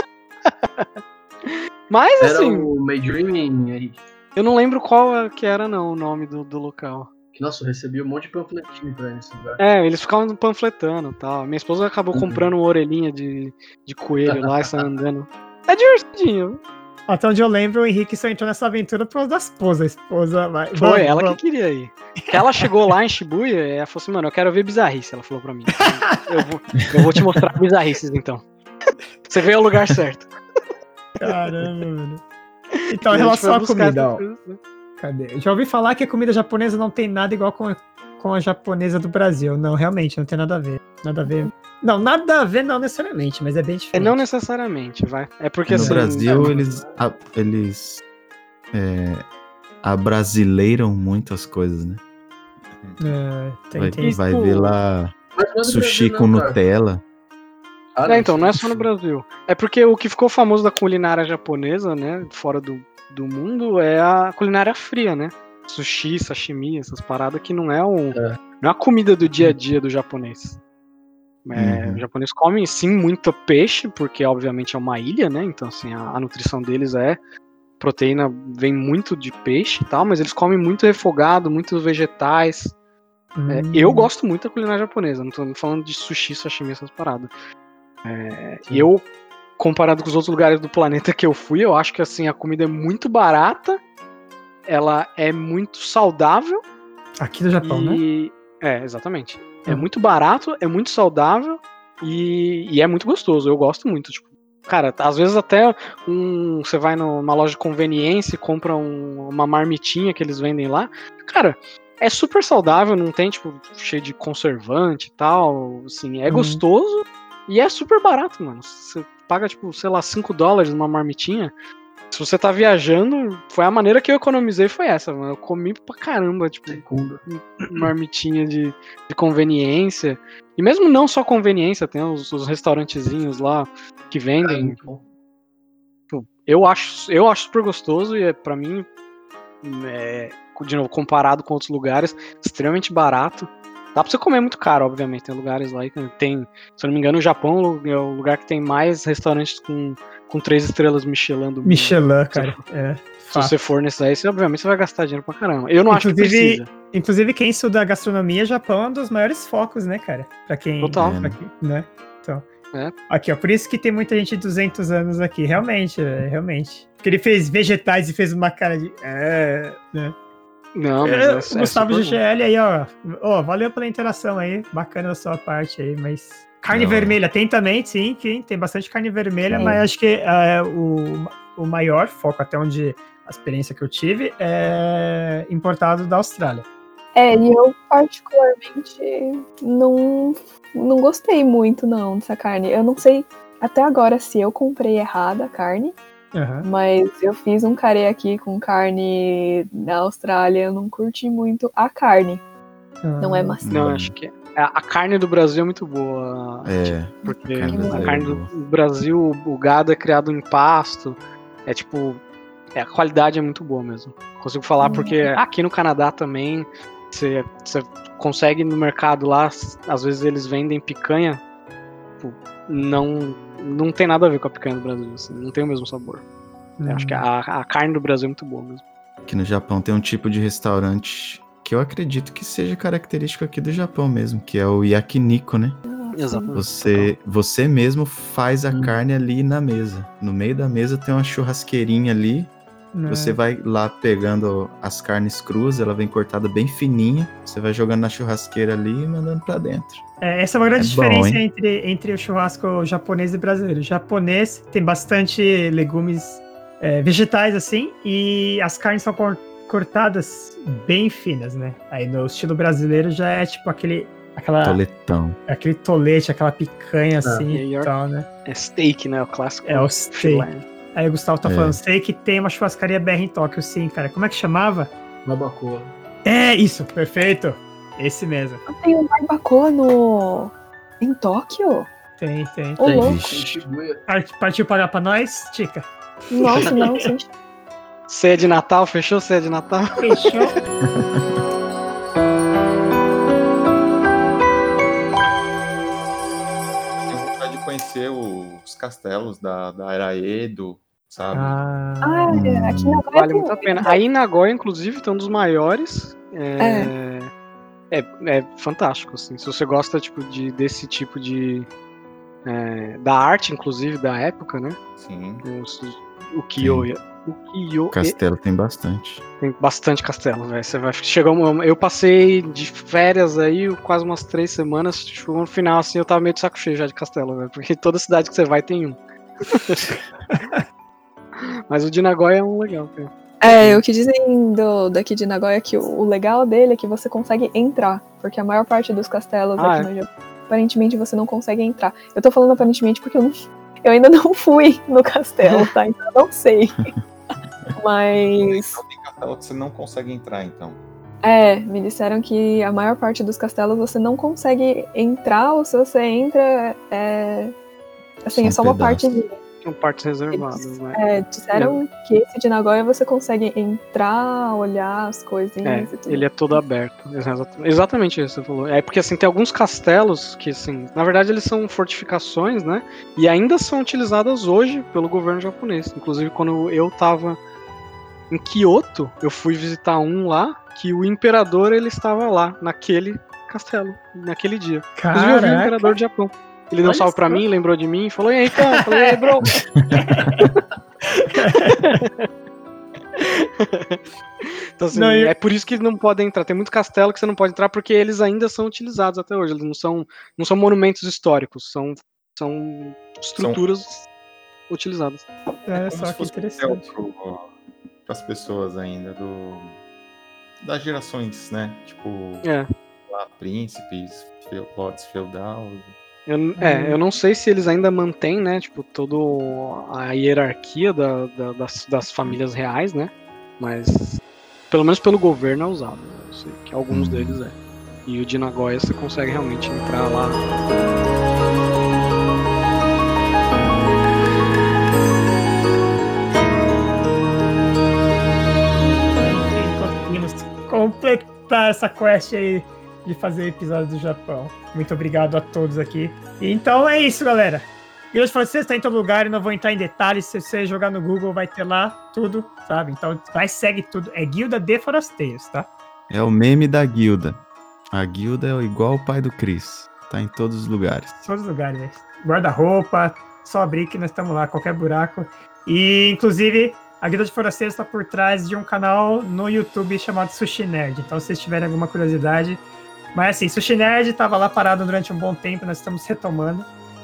S3: Mas
S7: Era
S3: assim,
S7: o Maydreaming, Henrique.
S3: eu não lembro qual é- que era não o nome do, do local.
S7: Que, nossa, eu recebi um monte de panfletinho pra ir nesse lugar.
S3: É, eles ficavam panfletando e tal. Minha esposa acabou
S7: Uhum.
S3: comprando uma orelhinha de, de coelho lá e saiu andando. É divertidinho.
S1: Até onde eu lembro, o Henrique só entrou nessa aventura por causa da esposa. A esposa vai.
S3: Foi
S1: vamos,
S3: ela
S1: vamos.
S3: que queria ir. Que ela chegou lá em Shibuya e ela falou assim, mano, eu quero ver bizarrice. Ela falou pra mim. Eu vou, eu vou te mostrar bizarrices então. Você veio ao lugar certo.
S1: Caramba, mano. Então,
S3: E
S1: em
S3: a gente
S1: relação
S3: foi
S1: à
S3: buscar
S1: comida,
S3: essas
S1: ó.
S3: coisas, né?
S1: Cadê? Já ouvi falar que a comida japonesa não tem nada igual com a, com a japonesa do Brasil. Não, realmente, não tem nada a ver. Nada a ver. Não, nada a ver não necessariamente, mas é bem
S3: É
S1: diferente.
S3: não necessariamente, vai. É porque
S2: No
S3: assim.
S2: Brasil,
S3: é-
S2: eles, a- eles é, abrasileiram muitas coisas, né?
S1: É, tem,
S2: Vai,
S1: tem-
S2: vai
S3: tipo,
S2: ver lá
S7: Mas não é do
S2: sushi
S7: Brasil,
S2: com
S7: não, cara.
S2: Nutella.
S7: Ah,
S3: É, então, não é só
S7: sushi.
S3: no Brasil. É porque o que ficou famoso da culinária japonesa, né, fora do, do mundo, é a culinária fria, né? Sushi, sashimi, essas paradas que não é um, não é a comida do dia a dia do japonês. É,
S2: Uhum.
S3: O japonês come, sim, muito peixe, porque obviamente é uma ilha, né? Então, assim, a, a nutrição deles é proteína, vem muito de peixe e tal, mas eles comem muito refogado, muitos vegetais. É,
S1: Hum.
S3: eu gosto muito da culinária japonesa, não tô falando de sushi, sashimi, essas paradas. É,
S1: Sim.
S3: eu, comparado com os outros lugares do planeta que eu fui, eu acho que assim, a comida é muito barata, ela é muito saudável.
S1: Aqui do Japão, né?
S3: e... É, exatamente. É
S1: Uhum.
S3: muito barato, é muito saudável e... e é muito gostoso. Eu gosto muito. Tipo, cara, às vezes até um... você vai numa loja de conveniência e compra um... uma marmitinha que eles vendem lá. Cara, é super saudável, não tem, tipo, cheio de conservante e tal. Assim, é
S1: Uhum.
S3: gostoso e é super barato, mano. Você paga, tipo, sei lá, cinco dólares numa marmitinha. Se você tá viajando, foi a maneira que eu economizei, foi essa, mano. Eu comi pra caramba, tipo,
S7: Segunda.
S3: marmitinha de, de conveniência. E mesmo não só conveniência, tem os, os restaurantezinhos lá que
S7: É
S3: vendem.
S7: muito bom.
S3: Tipo, eu acho, eu acho super gostoso e é, pra mim, é, de novo, comparado com outros lugares, extremamente barato. Dá pra você comer muito caro, obviamente. Tem lugares lá que tem, se eu não me engano, o Japão é o lugar que tem mais restaurantes com, com três estrelas Michelin do mundo.
S1: Michelin, cara. É,
S3: Se
S1: fato.
S3: você for nesse aí, você, obviamente você vai gastar dinheiro pra caramba. Eu não acho que
S1: Inclusive,
S3: precisa.
S1: inclusive, quem estuda gastronomia, Japão é um dos maiores focos, né, cara? Pra quem.
S3: Total.
S1: pra quem- né? Então.
S3: É.
S1: Aqui, ó. Por isso que tem muita gente de duzentos anos aqui. Realmente, é, realmente. Porque ele fez vegetais e fez uma cara de. É, né?
S3: Não,
S1: É,
S3: mas é,
S1: o
S3: é
S1: Gustavo
S3: super
S1: G G L aí, ó. Ó, valeu pela interação aí. Bacana da sua parte aí, mas. Carne
S2: Não.
S1: vermelha tem também, sim, sim, tem bastante carne vermelha,
S4: Sim.
S1: mas acho que é, o, o maior foco, até onde a experiência que eu tive, é importado da Austrália.
S4: É, e eu particularmente não, não gostei muito, não, dessa carne. Eu não sei até agora se eu comprei errada a carne,
S1: Aham.
S4: mas eu fiz um carê aqui com carne na Austrália, eu não curti muito a carne. Não é macia.
S3: Não,
S2: Hum.
S3: acho que a, a carne do Brasil é muito boa.
S2: É,
S3: Porque
S2: a carne
S3: a
S2: brasileira
S3: carne
S2: é
S3: do
S2: boa.
S3: Brasil, o gado é criado em pasto. É tipo. É, a qualidade é muito boa mesmo. Consigo falar
S4: Hum.
S3: porque aqui no Canadá também você, você consegue no mercado lá, às vezes eles vendem picanha. Tipo, não, não tem nada a ver com a picanha do Brasil, assim, não tem o mesmo sabor. Eu acho que a, a carne do Brasil é muito boa mesmo.
S2: Aqui no Japão tem um tipo de restaurante que eu acredito que seja característico aqui do Japão mesmo, que é o yakiniku, né?
S3: Exatamente.
S2: Você, você mesmo faz a
S7: Hum.
S2: carne ali na mesa. No meio da mesa tem uma churrasqueirinha ali.
S1: Né?
S2: Você vai lá pegando as carnes cruas, ela vem cortada bem fininha. Você vai jogando na churrasqueira ali e mandando pra dentro.
S1: É, essa é uma grande
S2: É bom,
S1: diferença
S2: hein?
S1: entre, entre o churrasco japonês e brasileiro. O japonês tem bastante legumes é, vegetais, assim, e as carnes são cor- cortadas bem finas, né? Aí no estilo brasileiro já é tipo aquele, aquela,
S2: Toletão.
S1: aquele tolete, aquela picanha assim
S3: E aí,
S1: e tal, né?
S3: É steak, né? O clássico.
S1: É o steak.
S3: filé.
S1: Aí o Gustavo tá
S2: É.
S1: falando, sei que tem uma churrascaria B R em Tóquio, sim, cara. Como é que chamava?
S7: Babacoa.
S1: É isso, perfeito. Esse mesmo.
S4: Tem um barbacoa no... em Tóquio?
S1: Tem, tem.
S4: Ô,
S7: Tem.
S4: louco.
S7: Em Shibuya.
S1: Part- Partiu pagar pra nós, Tica?
S4: Nossa, não, sim.
S3: Ceia de Natal, fechou ceia de Natal?
S1: Fechou.
S5: Tenho vontade de conhecer os castelos da, da era Edo, sabe?
S1: Ah,
S4: Ah, é, aqui na
S3: Vale muito a pena. Aí em Nagoya, inclusive, tem um dos maiores. É, é. é fantástico, assim. Se você gosta tipo, de, desse tipo de. é, da arte, inclusive, da época, né?
S5: Sim.
S3: Os- o Kyoya. O Kyoya.
S2: Castelo tem bastante.
S3: Tem bastante castelo, velho. Você vai chegar um, eu passei de férias aí quase umas três semanas. Chegou no final assim, eu tava meio de saco cheio já de castelo, velho. Porque toda cidade que você vai tem um. Mas o de Nagoya é um legal, cara.
S4: É, o que dizem do, daqui de Nagoya é que o, o legal dele é que você consegue entrar, porque a maior parte dos castelos
S3: Ah,
S4: aqui
S3: é?
S4: no Japão, aparentemente você não consegue entrar. Eu tô falando aparentemente porque eu, não, eu ainda não fui no castelo, tá? Então eu não sei. Mas,
S5: Então tem castelo que você não consegue entrar, então.
S4: é, me disseram que a maior parte dos castelos você não consegue entrar, ou se você entra, é, assim,
S2: Só
S4: é só
S2: um
S4: uma
S2: pedaço.
S4: partezinha.
S3: São partes reservadas, né?
S4: É, disseram que esse de Nagoya você consegue entrar, olhar as coisinhas
S3: É,
S4: e tudo.
S3: ele é todo aberto. Exata- Exatamente isso que você falou. É porque assim, tem alguns castelos que, assim, na verdade eles são fortificações, né? E ainda são utilizadas hoje pelo governo japonês. Inclusive, quando eu tava em Kyoto, eu fui visitar um lá que o imperador ele estava lá, naquele castelo, naquele dia. Inclusive, eu vi o
S1: Caraca.
S3: imperador do Japão. Ele deu um
S1: Olha
S3: salve pra
S1: só.
S3: mim, lembrou de mim, falou: e aí, cara? Eu falei: e aí, bro? Então, assim,
S1: Não, eu-
S3: é por isso que não podem entrar. Tem muito castelo que você não pode entrar porque eles ainda são utilizados até hoje. Eles não são, não são monumentos históricos, são, são estruturas utilizadas.
S1: Olha
S5: Como
S1: só
S5: se
S1: que
S5: fosse um
S1: interessante.
S5: para as pessoas ainda do das gerações, né? Tipo,
S3: É.
S5: lá, príncipes, feu- lords feudal.
S3: Eu, é, eu não sei se eles ainda mantêm, né, tipo, toda a hierarquia da, da- das, das famílias reais, né? Mas, pelo menos pelo governo é usado. Né? Eu sei que alguns
S2: Hum.
S3: deles é. E o de Nagoya você consegue realmente entrar lá.
S1: Enfim, conseguimos completar essa quest aí de fazer episódio do Japão. Muito obrigado a todos aqui. E então é isso, galera. Guilda de Forasteiros está em todo lugar e não vou entrar em detalhes. Se você jogar no Google, vai ter lá tudo, sabe? Então vai, segue tudo. É Guilda de Forasteiros, tá?
S2: É o meme da guilda. A guilda é igual o pai do Chris. Tá em todos os lugares.
S1: Todos os lugares, velho. Guarda-roupa, só abrir que nós estamos lá, qualquer buraco. E, inclusive, a Guilda de Forasteiros está por trás de um canal no YouTube chamado Sushi Nerd. Então, se vocês tiverem alguma curiosidade. Mas, assim, Sushi Nerd estava lá parado durante um bom tempo, nós estamos retomando.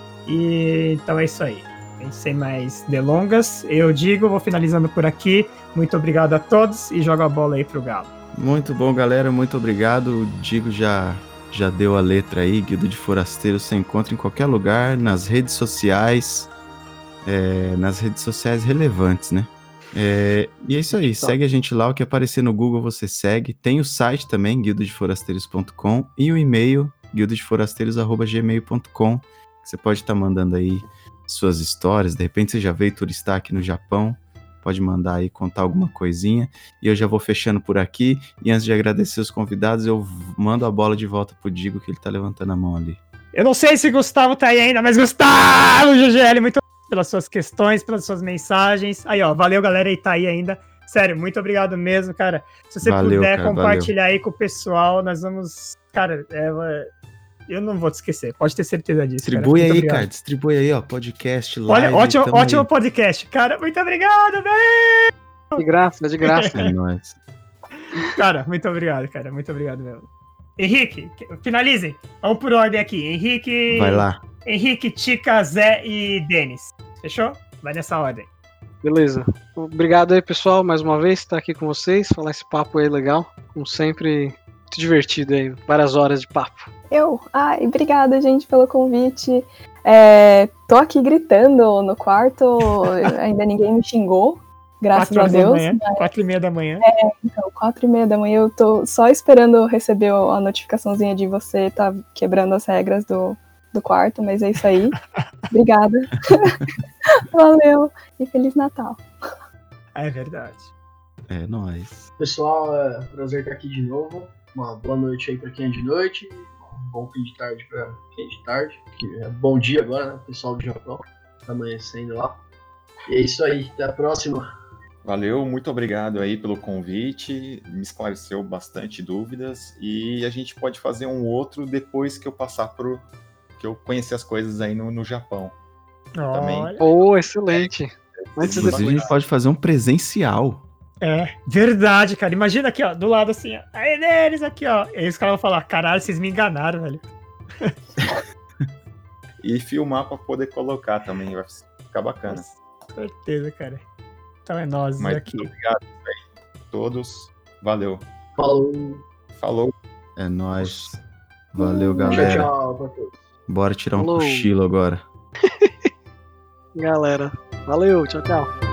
S1: E então é isso aí. Sem mais delongas, eu digo, vou finalizando por aqui. Muito obrigado a todos e joga a bola aí pro Galo.
S2: Muito bom, galera. Muito obrigado. O Digo já, já deu a letra aí. Guilda de Forasteiros você encontra em qualquer lugar, nas redes sociais, é, nas redes sociais relevantes, né? É, e é isso aí. Segue a gente lá. O que aparecer no Google você segue. Tem o site também, guilda de forasteiros ponto com, e o e-mail, guilda de forasteiros arroba gmail ponto com. Você pode estar mandando aí suas histórias. De repente você já veio turistar aqui no Japão. Pode mandar aí, contar alguma coisinha. E eu já vou fechando por aqui. E antes de agradecer os convidados, eu mando a bola de volta pro Digo, que ele tá levantando a mão ali.
S1: Eu não sei se Gustavo tá aí ainda, mas Gustavo G G L, muito obrigado pelas suas questões, pelas suas mensagens. Aí, ó, valeu, galera, aí tá aí ainda. Sério, muito obrigado mesmo, cara. Se você
S2: Valeu,
S1: puder
S2: cara,
S1: compartilhar aí com o pessoal, nós vamos... Cara, é... eu não vou te esquecer, pode ter certeza disso.
S2: Distribui
S1: cara.
S2: aí,
S1: Obrigado.
S2: cara. Distribui aí, ó. Podcast, live.
S1: Olha, ótimo,
S2: tamo
S1: ótimo
S2: aí.
S1: podcast. Cara, muito obrigado, velho!
S3: De graça, de graça.
S2: É nóis.
S1: Cara, muito obrigado, cara. Muito obrigado mesmo. Henrique, finalize. Vamos por ordem aqui. Henrique...
S2: Vai lá.
S1: Henrique, Tica, Zé e Denis. Fechou? Vai nessa ordem.
S3: Beleza. Obrigado aí, pessoal, mais uma vez, estar aqui com vocês, falar esse papo aí legal. Como sempre, muito divertido aí. Várias horas de papo.
S4: Eu? Ai, obrigada, gente, pelo convite. É, tô aqui gritando no quarto, ainda ninguém me xingou, graças a Deus.
S1: Manhã, quatro e meia da manhã.
S4: É, então, quatro e meia da manhã eu tô só esperando receber a notificaçãozinha de você tá quebrando as regras do, do quarto, mas é isso aí. Obrigada. Valeu e Feliz Natal.
S1: É verdade.
S2: É nóis.
S7: Pessoal, é um prazer estar aqui de novo. Uma boa noite aí pra quem é de noite. Um bom fim de tarde pra quem é de tarde. Que é bom dia agora, né? Pessoal do Japão. Tá amanhecendo lá. E é isso aí. Até a próxima.
S5: Valeu, muito obrigado aí pelo convite. Me esclareceu bastante dúvidas. E a gente pode fazer um outro depois que eu passar pro... que eu conhecer as coisas aí no, no Japão. Também.
S1: Olha.
S3: Oh, excelente. Antes
S2: Inclusive, a gente pode fazer um presencial.
S1: É, verdade, cara. Imagina aqui, ó, do lado assim, ó. Aí deles aqui, ó. E aí os caras vão falar, caralho, vocês me enganaram, velho.
S5: E filmar para poder colocar também, vai ficar bacana.
S1: Com certeza, cara. Então é nós
S5: Mas
S1: aqui.
S5: muito obrigado aí, todos. Valeu.
S7: Falou.
S5: Falou.
S2: É nóis. Valeu,
S7: Tchau,
S2: galera.
S7: tchau pra todos.
S2: Bora tirar um
S3: Falou.
S2: cochilo agora.
S3: Galera. Valeu, tchau, tchau.